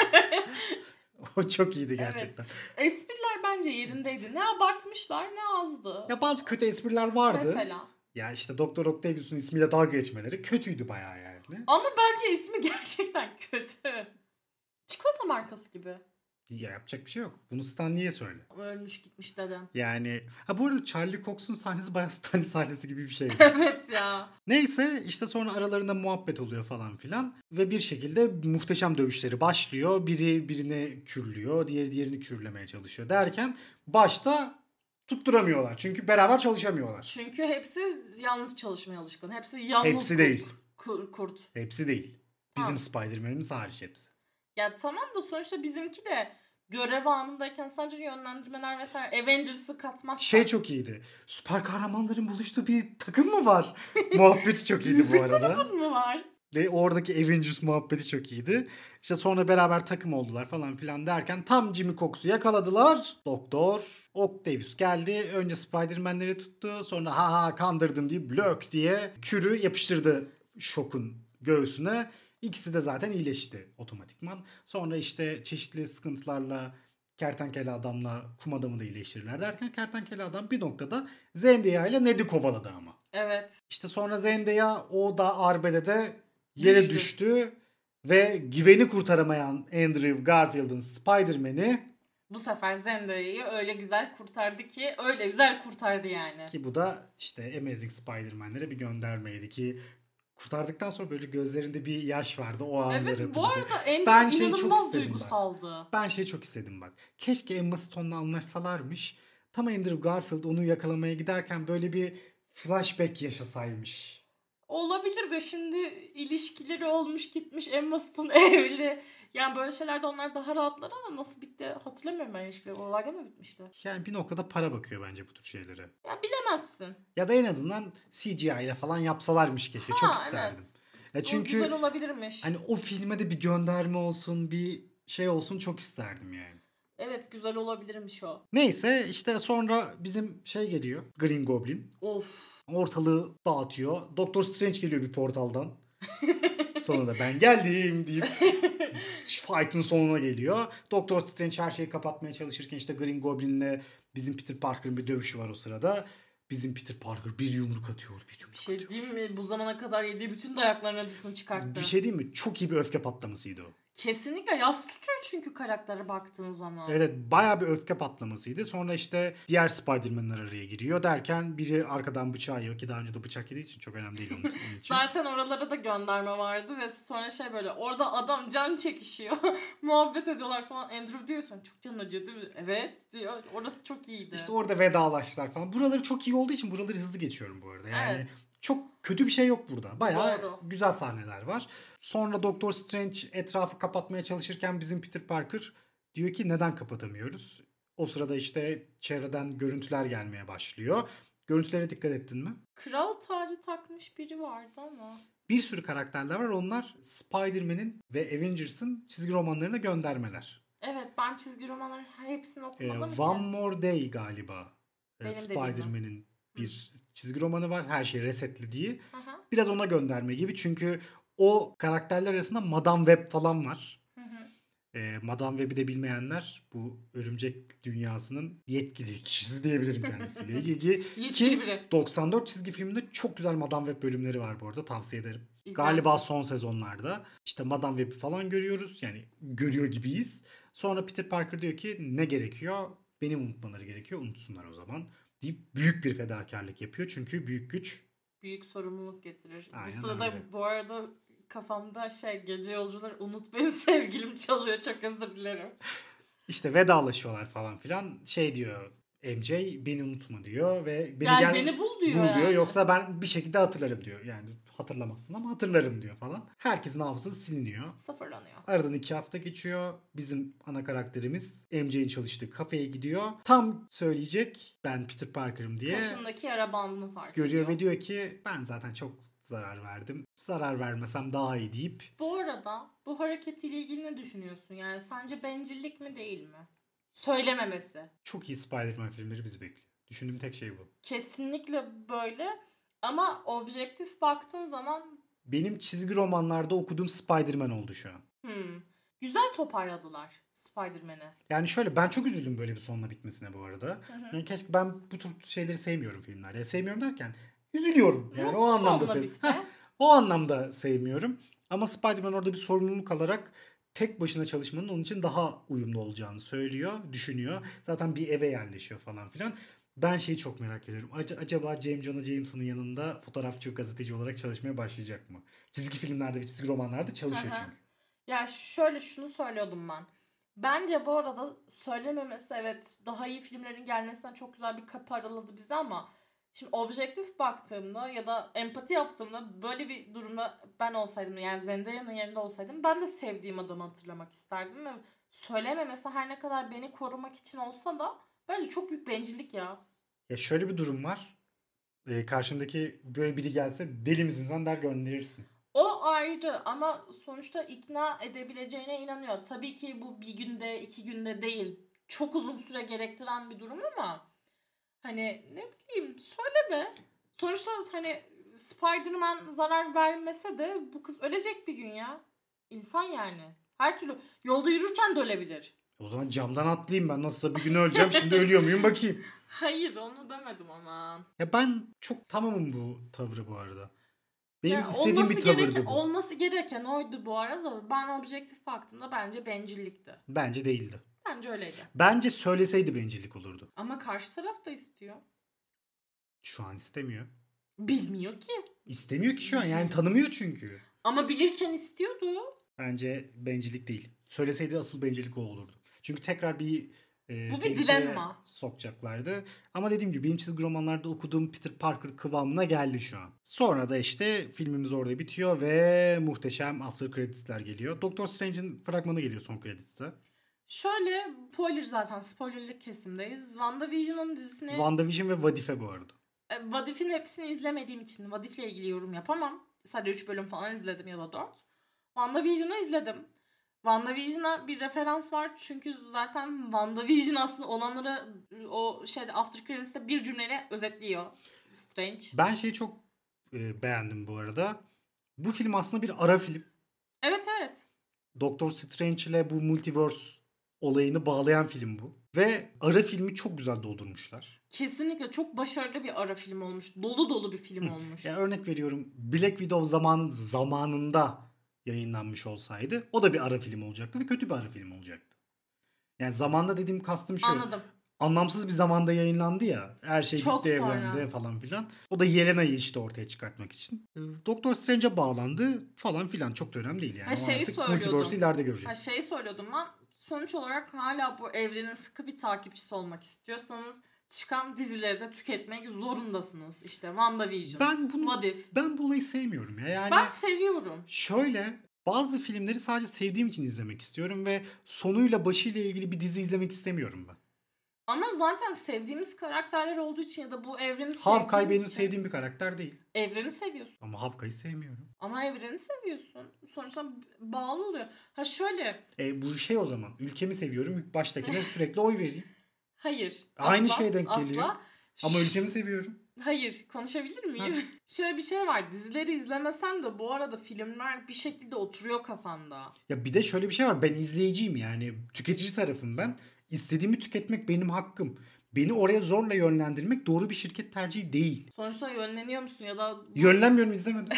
O çok iyiydi gerçekten. Evet. Espriler bence yerindeydi. Ne abartmışlar ne azdı. Ya bazı kötü espriler vardı. Mesela. Ya işte Doktor Octavius'un ismiyle dalga geçmeleri kötüydü bayağı yani. Ama bence ismi gerçekten kötü. Çikolata markası gibi. Ya yapacak bir şey yok. Bunu Stan Lee'ye söyle. Ölmüş gitmiş dedem. Yani ha bu arada Charlie Cox'un sahnesi bayağı Stan Lee sahnesi gibi bir şey. Evet ya. Neyse işte sonra aralarında muhabbet oluyor falan filan ve bir şekilde muhteşem dövüşleri başlıyor. Biri birini kürlüyor, diğeri diğerini kürlemeye çalışıyor derken başta tutturamıyorlar. Çünkü beraber çalışamıyorlar. Çünkü hepsi yalnız çalışmaya alışkın. Hepsi yalnız Hepsi kurt. değil. Kur- kurt. Hepsi değil. Bizim Ha. Spider-Man'imiz hariç hepsi. Ya tamam da sonuçta bizimki de görev anındayken sadece yönlendirmeler vesaire Avengers'ı katmazsan. Şey çok iyiydi. Süper kahramanların buluştuğu bir takım mı var? Muhabbeti çok iyiydi bu Müzik arada. grubun mu var? Ve oradaki Avengers muhabbeti çok iyiydi. İşte sonra beraber takım oldular falan filan derken tam Jimmy Cox'u yakaladılar. Doktor Octavius geldi. Önce Spider-Man'leri tuttu. Sonra ha ha kandırdım diye blök diye kürü yapıştırdı Shock'un göğsüne. İkisi de zaten iyileşti otomatikman. Sonra işte çeşitli sıkıntılarla Kertenkele Adam'la Kum Adam'ı da iyileştirirler derken Kertenkele Adam bir noktada Zendaya ile Ned'i kovaladı ama. Evet. İşte sonra Zendaya o da arbedede yere Düştü. düştü ve güveni kurtaramayan Andrew Garfield'ın Spider-Man'i, Bu sefer Zendaya'yı öyle güzel kurtardı ki öyle güzel kurtardı yani. ki bu da işte Amazing Spider-Man'lere bir göndermeydi ki kurtardıktan sonra böyle gözlerinde bir yaş vardı, o anları Evet, hatırladım. bu arada Andrew Ben şeyi çok inanılmaz istedim bak. duygusaldı. Ben şey çok istedim bak. Keşke Emma Stone'la anlaşsalarmış. Tam Andrew Garfield onu yakalamaya giderken böyle bir flashback yaşasaymış. Olabilir de şimdi ilişkileri olmuş gitmiş, Emma Stone evli. Yani böyle şeylerde onlar daha rahatlar ama nasıl bitti hatırlamıyorum ben ilişkileri. Olayda mı bitmişti? Yani bir noktada para bakıyor bence bu tür şeylere. Ya bilemezsin. Ya da en azından C G I ile falan yapsalarmış keşke. Ha, Çok isterdim. evet. Ya O çünkü güzel olabilirmiş. hani o filme de bir gönderme olsun, bir şey olsun, çok isterdim yani. Evet, güzel olabilirmiş o. Neyse işte sonra bizim şey geliyor. Green Goblin. Of. Ortalığı dağıtıyor. Doctor Strange geliyor bir portaldan. Sonra da ben geldim deyip fight'ın sonuna geliyor. Doctor Strange her şeyi kapatmaya çalışırken işte Green Goblin'le bizim Peter Parker'ın bir dövüşü var o sırada. Bizim Peter Parker bir yumruk atıyor, bir yumruk Bir şey atıyor. diyeyim mi? Bu zamana kadar yediği bütün dayakların acısını çıkarttı. Bir şey diyeyim mi? Çok iyi bir öfke patlamasıydı o. Kesinlikle yas tutuyor çünkü karaktere baktığın zaman. Evet, bayağı bir öfke patlamasıydı. Sonra işte diğer Spider-Man'ler araya giriyor derken biri arkadan bıçağı yiyor ki daha önce de bıçak yediği için çok önemli değil onun, onun için. Zaten oralara da gönderme vardı ve sonra şey böyle orada adam can çekişiyor. Muhabbet ediyorlar falan. Andrew diyorsun çok canın acıyor değil mi? Evet diyor. Orası çok iyiydi. İşte orada vedalaştılar falan. Buraları çok iyi olduğu için buraları hızlı geçiyorum bu arada. Yani Evet. çok kötü bir şey yok burada. Bayağı Doğru. güzel sahneler var. Sonra Doctor Strange etrafı kapatmaya çalışırken bizim Peter Parker diyor ki neden kapatamıyoruz? O sırada işte çevreden görüntüler gelmeye başlıyor. Görüntülere dikkat ettin mi? Kral tacı takmış biri vardı ama. Bir sürü karakterler var. Onlar Spider-Man'in ve Avengers'ın çizgi romanlarına göndermeler. Evet, ben çizgi romanların hepsini Ee, okumadığım için. One More Day galiba. Ee, Benim de bilmem. Spider-Man'in bir çizgi romanı var. Her şey resetlediği. Hı hı, Biraz ona gönderme gibi. Çünkü o karakterler arasında Madame Web falan var. hı hı. Ee, Madame Web'i de bilmeyenler bu örümcek dünyasının yetkili kişisi diyebilirim kendisiyle ilgili. Yetkili Ki biri. doksan dört çizgi filminde çok güzel Madame Web bölümleri var bu arada. Tavsiye ederim. İzlensin. Galiba son sezonlarda işte Madame Web'i falan görüyoruz. Yani görüyor gibiyiz. Sonra Peter Parker diyor ki ne gerekiyor? Benim unutmaları gerekiyor. Unutsunlar o zaman. Deyip büyük bir fedakarlık yapıyor. Çünkü büyük güç. Büyük sorumluluk getirir. Aynen Bu sırada öyle. bu arada kafamda şey gece yolcuları unut beni sevgilim çalıyor. Çok özür dilerim. İşte vedalaşıyorlar falan filan. Şey diyor M J beni unutma diyor ve beni Gel, gel, beni bul diyor. bul diyor. yani. Yoksa ben bir şekilde hatırlarım diyor. Yani hatırlamazsın ama hatırlarım diyor falan. Herkesin hafızası siliniyor. Sıfırlanıyor. Aradan iki hafta geçiyor. Bizim ana karakterimiz M J'in çalıştığı kafeye gidiyor. Tam söyleyecek ben Peter Parker'ım diye. Kaşındaki yara bandını fark Görüyor ediyor. ve diyor ki ben zaten çok zarar verdim. Zarar vermesem daha iyi deyip. Bu arada bu hareketiyle ilgili ne düşünüyorsun? Yani sence bencillik mi değil mi? Söylememesi. Çok iyi Spider-Man filmleri bizi bekliyor. Düşündüğüm tek şey bu. Kesinlikle böyle ama objektif baktığın zaman Benim çizgi romanlarda okuduğum Spider-Man oldu şu an. hmm, güzel toparladılar Spider-Man'i. Yani şöyle ben çok üzüldüm böyle bir sonla bitmesine bu arada. Hı hı. Yani keşke ben bu tür şeyleri sevmiyorum filmlerde. Yani sevmiyorum derken üzülüyorum. Yani Mutlu o anlamda sonla sev- bitme. Heh, o anlamda sevmiyorum. Ama Spider-Man orada bir sorumluluk alarak tek başına çalışmanın onun için daha uyumlu olacağını söylüyor, düşünüyor. Zaten bir eve yerleşiyor falan filan. Ben şeyi çok merak ediyorum. Ac- acaba James Jonah Jameson'ın yanında fotoğrafçı, gazeteci olarak çalışmaya başlayacak mı? Çizgi filmlerde ve çizgi romanlarda çalışıyor Hı hı. çünkü. Ya şöyle şunu söylüyordum ben. Bence bu arada söylememesi evet daha iyi filmlerin gelmesinden çok güzel bir kapı araladı bize ama şimdi objektif baktığımda ya da empati yaptığımda böyle bir durumda ben olsaydım yani Zendaya'nın yerinde olsaydım ben de sevdiğim adamı hatırlamak isterdim ve söylememesi her ne kadar beni korumak için olsa da bence çok büyük bencillik ya. Ya şöyle bir durum var. Ee, karşındaki böyle biri gelse deli misin sen der gönderirsin. O ayrı ama sonuçta ikna edebileceğine inanıyor. Tabii ki bu bir günde, iki günde değil. Çok uzun süre gerektiren bir durum ama hani ne bileyim söyleme. Sonuçta hani Spider-Man zarar vermese de bu kız ölecek bir gün ya. İnsan yani. Her türlü yolda yürürken de ölebilir. O zaman camdan atlayayım, ben nasılsa bir gün öleceğim. Şimdi ölüyor muyum bakayım. Hayır onu demedim ama. Ya ben çok tamamım bu tavrı bu arada. Benim Ya istediğim olması bir tavırdı gereken, bu. olması gereken oydu bu arada. Ben objektif baktığımda bence bencillikti. Bence değildi. Bence öyleydi. Bence söyleseydi bencillik olurdu. Ama karşı taraf da istiyor. Şu an istemiyor. Bilmiyor ki. İstemiyor ki şu an, yani tanımıyor çünkü. Ama bilirken istiyordu. Bence bencillik değil. Söyleseydi asıl bencillik o olurdu. Çünkü tekrar bir e, Bu bir tehlikeye dilemma. sokacaklardı. Ama dediğim gibi benim çizgi romanlarda okuduğum Peter Parker kıvamına geldi şu an. Sonra da işte filmimiz orada bitiyor ve muhteşem after credits'ler geliyor. Doctor Strange'in fragmanı geliyor son credits'e. Şöyle spoiler zaten spoilerlık kesimdeyiz. WandaVision'ın dizisini WandaVision ve Vadife bu arada. e, What If'in hepsini izlemediğim için What If'le ilgili yorum yapamam. Sadece üç bölüm falan izledim ya da dört. WandaVision'ı izledim. WandaVision'a bir referans var çünkü zaten WandaVision aslında olanları o şeyde After Credits'te bir cümleyle özetliyor. Strange. Ben şeyi çok e, beğendim bu arada. Bu film aslında bir ara film. Evet evet. Doctor Strange ile bu multiverse olayını bağlayan film bu. Ve ara filmi çok güzel doldurmuşlar. Kesinlikle çok başarılı bir ara film olmuş. Dolu dolu bir film olmuş. Ya örnek veriyorum, Black Widow zamanın zamanında yayınlanmış olsaydı o da bir ara film olacaktı ve kötü bir ara film olacaktı. Yani zamanda dediğim kastım şu. Anladım. Anlamsız bir zamanda yayınlandı ya. Her şey Çok bitti sonra. evrende falan filan. O da Yelena'yı işte ortaya çıkartmak için. Ee, Doctor Strange'e bağlandı falan filan. Çok da önemli değil yani. Ha, O şeyi artık söylüyordum. multiverse'ü ileride Ha, göreceğiz. şey söylüyordum ben. Sonuç olarak hala bu evrenin sıkı bir takipçisi olmak istiyorsanız çıkan dizileri de tüketmek zorundasınız. İşte WandaVision, Ben bunu What If. ben bu olayı sevmiyorum ya. Yani Ben seviyorum. şöyle, bazı filmleri sadece sevdiğim için izlemek istiyorum ve sonuyla başıyla ilgili bir dizi izlemek istemiyorum ben. Ama zaten sevdiğimiz karakterler olduğu için ya da bu evreni Hawkeye sevdiğimiz benim için sevdiğim bir karakter değil. evreni seviyorsun. Ama Hawkeye'yi sevmiyorum. Ama evreni seviyorsun. Sonuçta bağlı oluyor. Ha şöyle. E bu şey o zaman. Ülkemi seviyorum. İlk baştakine sürekli oy vereyim. Hayır. Aynı asla, şeye denk asla. geliyor. Ama ülkemi seviyorum. Hayır, konuşabilir miyim? Şöyle bir şey var. Dizileri izlemesen de bu arada filmler bir şekilde oturuyor kafanda. Ya bir de şöyle bir şey var. Ben izleyiciyim yani. Tüketici tarafım ben. İstediğimi tüketmek benim hakkım. Beni oraya zorla yönlendirmek doğru bir şirket tercihi değil. Sonuçta yönleniyor musun ya da Yönlenmiyorum, izlemedim.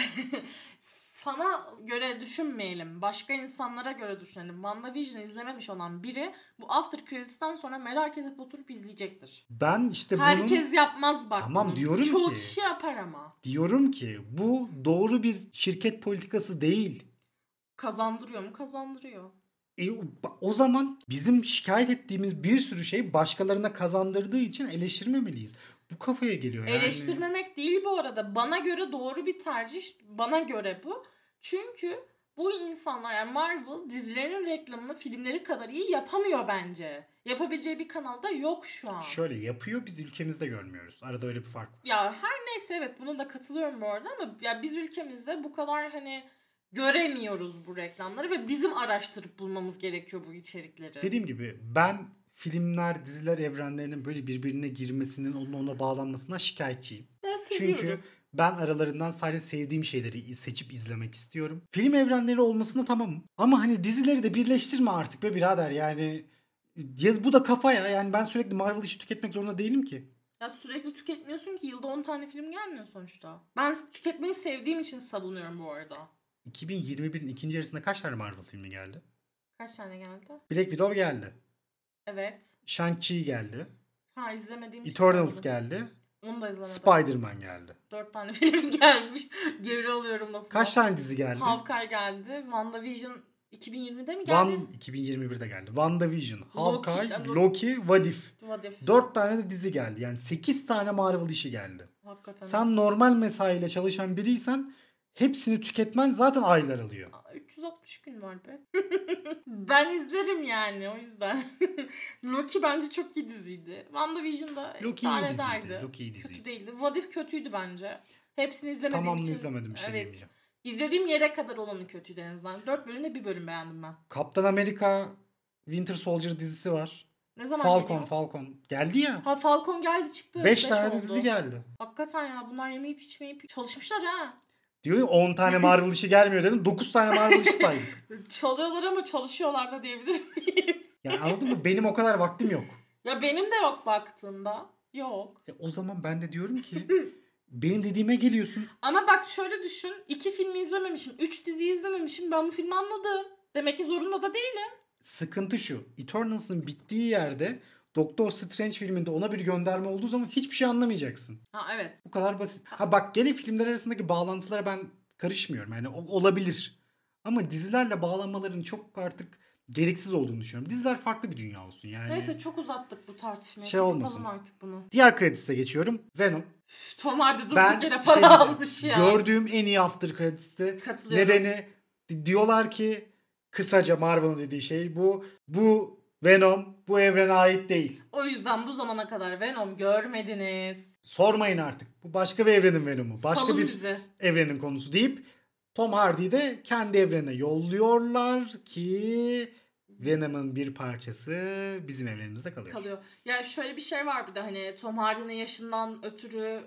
sana göre düşünmeyelim. Başka insanlara göre düşünelim. WandaVision'ı izlememiş olan biri bu After Credits'ten sonra merak edip oturup izleyecektir. Ben işte bunun... Herkes yapmaz bak Tamam, bunu. diyorum Çoğu ki- kişi yapar ama. Diyorum ki bu doğru bir şirket politikası değil. Kazandırıyor mu? Kazandırıyor. E, o- o zaman bizim şikayet ettiğimiz bir sürü şey başkalarına kazandırdığı için eleştirmemeliyiz. Bu kafaya geliyor yani. Eleştirmemek değil bu arada. Bana göre doğru bir tercih. Bana göre bu. Çünkü bu insanlar yani Marvel dizilerinin reklamını filmleri kadar iyi yapamıyor bence. Yapabileceği bir kanalda yok şu an. Şöyle yapıyor, biz ülkemizde görmüyoruz. Arada öyle bir fark var. Ya her neyse evet buna da katılıyorum bu arada ama ya biz ülkemizde bu kadar hani göremiyoruz bu reklamları ve bizim araştırıp bulmamız gerekiyor bu içerikleri. Dediğim gibi ben filmler, diziler evrenlerinin böyle birbirine girmesinin, onun ona bağlanmasına şikayetçiyim. Ben seviyorum. Çünkü ben aralarından sadece sevdiğim şeyleri seçip izlemek istiyorum. Film evrenleri olmasına tamamım. Ama hani dizileri de birleştirme artık be birader yani. Ya bu da kafa ya. Yani ben sürekli Marvel işi tüketmek zorunda değilim ki. Ya sürekli tüketmiyorsun ki yılda on tane film gelmiyor sonuçta. Ben tüketmeyi sevdiğim için savunuyorum bu arada. iki bin yirmi birin ikinci yarısında kaç tane Marvel filmi geldi? Kaç tane geldi? Black Widow geldi. Evet. Shang-Chi geldi. Ha izlemediğim için Eternals sandım. geldi. Onu da izlemedim. Spider-Man geldi. Dört tane film gelmiş. Geri alıyorum lafımı. Kaç tane dizi geldi? Hawkeye geldi. WandaVision iki bin yirmide mi geldi? One, iki bin yirmi birde geldi. WandaVision, Loki, Hawkeye, yani Loki, What If. What If? Dört tane de dizi geldi. Yani sekiz tane Marvel işi geldi. Hakikaten. Sen normal mesaiyle çalışan biriysen hepsini tüketmen zaten aylar alıyor. Aa, üç yüz altmış gün var be. Ben izlerim yani o yüzden. Loki bence çok iyi diziydi. WandaVision'da Loki idare iyi diziydi. ederdi. Loki iyi Kötü diziydi. değildi. What If kötüydü bence. Hepsini izlemediğim Tamamını için. izlemedim, bir şey Evet. diyemeyeceğim. İzlediğim yere kadar olanı kötüydü en azından. dört bölümde bir bölüm beğendim ben. Kaptan Amerika Winter Soldier dizisi var. Ne zaman Falcon geliyor? Falcon. Geldi ya. Ha Falcon geldi çıktı. beş Beş tane de oldu. dizi geldi. Hakikaten ya bunlar yemeyip içmeyip çalışmışlar ha. Diyor ya on tane Marvel işi gelmiyor dedim. dokuz tane Marvel işi saydık. Çalıyorlar ama çalışıyorlar da diyebilir miyiz? Yani anladın mı? Benim o kadar vaktim yok. Ya benim de yok baktığında. Yok. E o zaman ben de diyorum ki benim dediğime geliyorsun. Ama bak şöyle düşün. iki filmi izlememişim. Üç dizi izlememişim. Ben bu filmi anladım. Demek ki zorunda da değilim. Sıkıntı şu. Eternals'ın bittiği yerde Doctor Strange filminde ona bir gönderme olduğu zaman hiçbir şey anlamayacaksın. Ha evet. Bu kadar basit. Ha bak gene filmler arasındaki bağlantılara ben karışmıyorum. Yani o- olabilir. Ama dizilerle bağlanmaların çok artık gereksiz olduğunu düşünüyorum. Diziler farklı bir dünya olsun yani. Neyse çok uzattık bu tartışmayı. Şey Kapatalım olmasın. artık bunu. Diğer kredise geçiyorum. Venom. Tom Hardy durduk Ben yere bir para şey diyeceğim. almış ya. Gördüğüm en iyi after credits'ti. Katılıyorum. Nedeni di- diyorlar ki kısaca Marvel'ın dediği şey bu. Bu Venom bu evrene ait değil. O yüzden bu zamana kadar Venom görmediniz. Sormayın artık. Bu başka bir evrenin Venom'u. Başka Salın bir bizi. evrenin konusu deyip Tom Hardy'yi de kendi evrenine yolluyorlar ki Venom'ın bir parçası bizim evrenimizde kalıyor. Kalıyor. Ya şöyle bir şey var bir de hani Tom Hardy'nin yaşından ötürü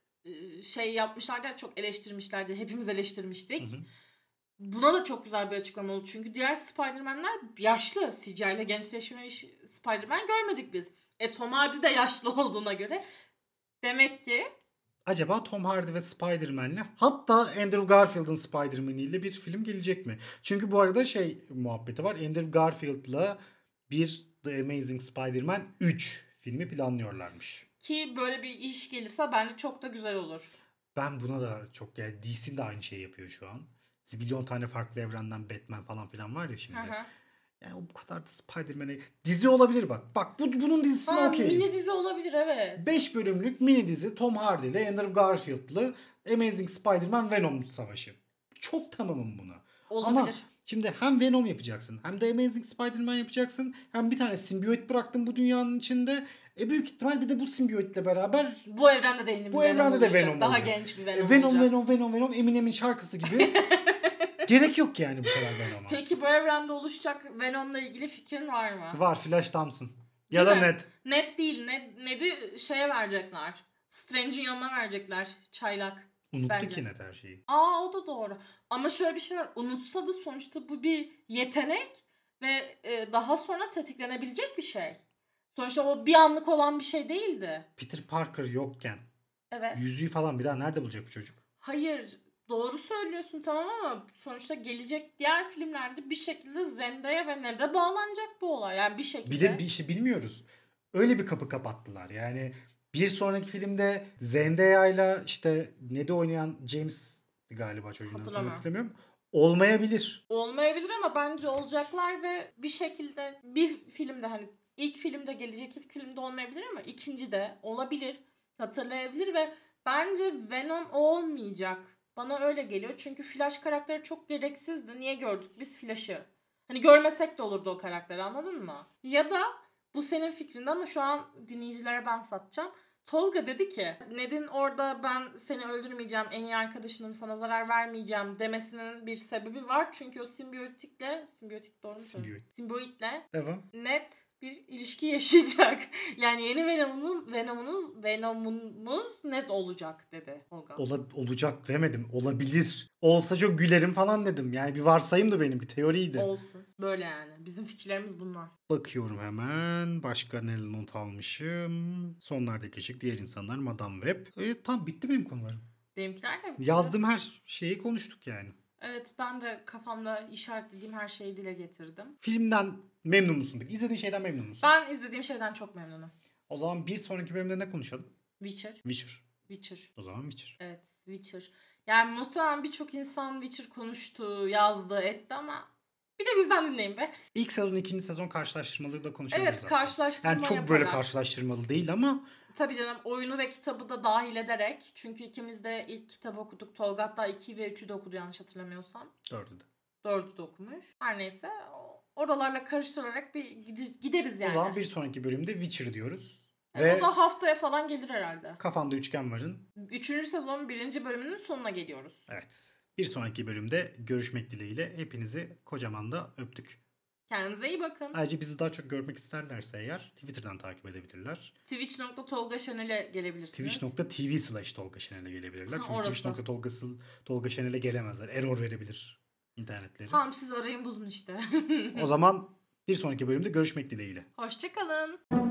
e, şey yapmışlardı ya, çok eleştirmişlerdi. Hepimiz eleştirmiştik. Hı hı. Buna da çok güzel bir açıklama oldu. Çünkü diğer Spider-Man'ler yaşlı. C G I ile gençleşmiş Spider-Man görmedik biz. E Tom Hardy de yaşlı olduğuna göre demek ki Acaba Tom Hardy ve Spider-Man'le hatta Andrew Garfield'ın Spider-Man'iyle bir film gelecek mi? Çünkü bu arada şey muhabbeti var. Andrew Garfield'la bir The Amazing Spider-Man üç filmi planlıyorlarmış. ki böyle bir iş gelirse bence çok da güzel olur. Ben buna da çok yani D C de aynı şeyi yapıyor şu an. Zibilyon tane farklı evrenden Batman falan filan var ya şimdi. Hı hı. Yani o bu kadar da Spider-Man'e dizi olabilir bak. Bak bu bunun dizisine Ha, okey. mini dizi olabilir evet. beş bölümlük mini dizi Tom Hardy ile Andrew Garfield'lı Amazing Spider-Man Venom savaşı. Çok tamamım buna. Olabilir. Ama şimdi hem Venom yapacaksın hem de Amazing Spider-Man yapacaksın. Hem bir tane simbiyot bıraktın bu dünyanın içinde. E büyük ihtimal bir de bu simbiyotle beraber Bu evrende de yeni bir Bu Venom evrende de olacak. Venom Daha olacak. genç bir e, Venom, Venom, olacak. Venom Venom Venom Eminem'in şarkısı gibi. Gerek yok yani bu kadar Venom'a. Peki bu evrende oluşacak Venom'la ilgili fikrin var mı? Var Flash Thompson. Ya Değil da mi? Ned. Net değil. Ned, Ned'i şeye verecekler. Strange'in yanına verecekler. Çaylak. Unuttu Bence. ki Ned her şeyi. Aa o da doğru. Ama şöyle bir şey var. Unutsa da sonuçta bu bir yetenek ve e, daha sonra tetiklenebilecek bir şey. Sonuçta o bir anlık olan bir şey değildi. Peter Parker yokken Evet. yüzüğü falan bir daha nerede bulacak bu çocuk? Hayır. Doğru söylüyorsun tamam ama sonuçta gelecek diğer filmlerde bir şekilde Zendaya ve Ned'e bağlanacak bu olay. Yani bir şekilde. Bir de bir şey bilmiyoruz. Öyle bir kapı kapattılar. Yani bir sonraki filmde Zendaya'yla işte Ned'i oynayan James galiba çocuğun adını tam Hatırlamıyorum. hatırlamıyorum. Olmayabilir. Olmayabilir ama bence olacaklar ve bir şekilde bir filmde hani ilk filmde gelecek ilk filmde olmayabilir ama ikinci de olabilir. Hatırlayabilir ve bence Venom o olmayacak. Bana öyle geliyor. Çünkü Flash karakteri çok gereksizdi. Niye gördük biz Flash'ı? Hani görmesek de olurdu o karakteri anladın mı? Ya da bu senin fikrinde ama şu an dinleyicilere ben satacağım. Tolga dedi ki Ned'in orada ben seni öldürmeyeceğim, en iyi arkadaşınım, sana zarar vermeyeceğim demesinin bir sebebi var. Çünkü o simbiyotikle, simbiyotik doğru mu söylüyorum? Simbiyotle Devam. Ned bir ilişki yaşayacak. Yani yeni Venom'un Venom'unuz Venom'umuz Ned olacak dedi Tolga. Ola, olacak demedim. Olabilir. Olsa çok gülerim falan dedim. Yani bir varsayım da benim bir teoriydi. Olsun. Böyle yani. Bizim fikirlerimiz bunlar. Bakıyorum hemen. Başka ne not almışım. Sonlardaki ışık, diğer insanlar, Madame Web. E, tam bitti benim konularım. Benimkiler de Yazdığım her şeyi konuştuk yani. Evet ben de kafamda işaretlediğim her şeyi dile getirdim. Filmden memnun musun peki? İzlediğin şeyden memnun musun? Ben izlediğim şeyden çok memnunum. O zaman bir sonraki bölümde ne konuşalım? Witcher. Witcher. Witcher. O zaman Witcher. Evet Witcher. Yani muhtemelen birçok insan Witcher konuştu, yazdı, etti ama bir de bizden dinleyin be. İlk sezon, ikinci sezon karşılaştırmaları da konuşabiliriz. Evet hatta. karşılaştırma Yani çok yaparak. böyle karşılaştırmalı değil ama Tabii canım oyunu ve kitabı da dahil ederek. Çünkü ikimiz de ilk kitabı okuduk. Tolga hatta iki ve üçü de okudu yanlış hatırlamıyorsam. dördü de. dördü de okumuş. Her neyse oralarla karıştırarak bir gide- gideriz yani. O zaman bir sonraki bölümde Witcher diyoruz. Yani Ve o da haftaya falan gelir herhalde. kafanda üçgen varın. Üçüncü sezonun birinci bölümünün sonuna geliyoruz. Evet. Bir sonraki bölümde görüşmek dileğiyle hepinizi kocaman da öptük. Kendinize iyi bakın. Ayrıca bizi daha çok görmek isterlerse eğer Twitter'dan takip edebilirler. twitch nokta tolga şenel'e gelebilirsiniz. twitch nokta tv slash Tolga Şenel'e gelebilirler. Ha, Çünkü orası. twitch nokta Tolga Şenel'e gelemezler. Error verebilir internetleri. Tamam siz arayın bulun işte. O zaman bir sonraki bölümde görüşmek dileğiyle. Hoşçakalın.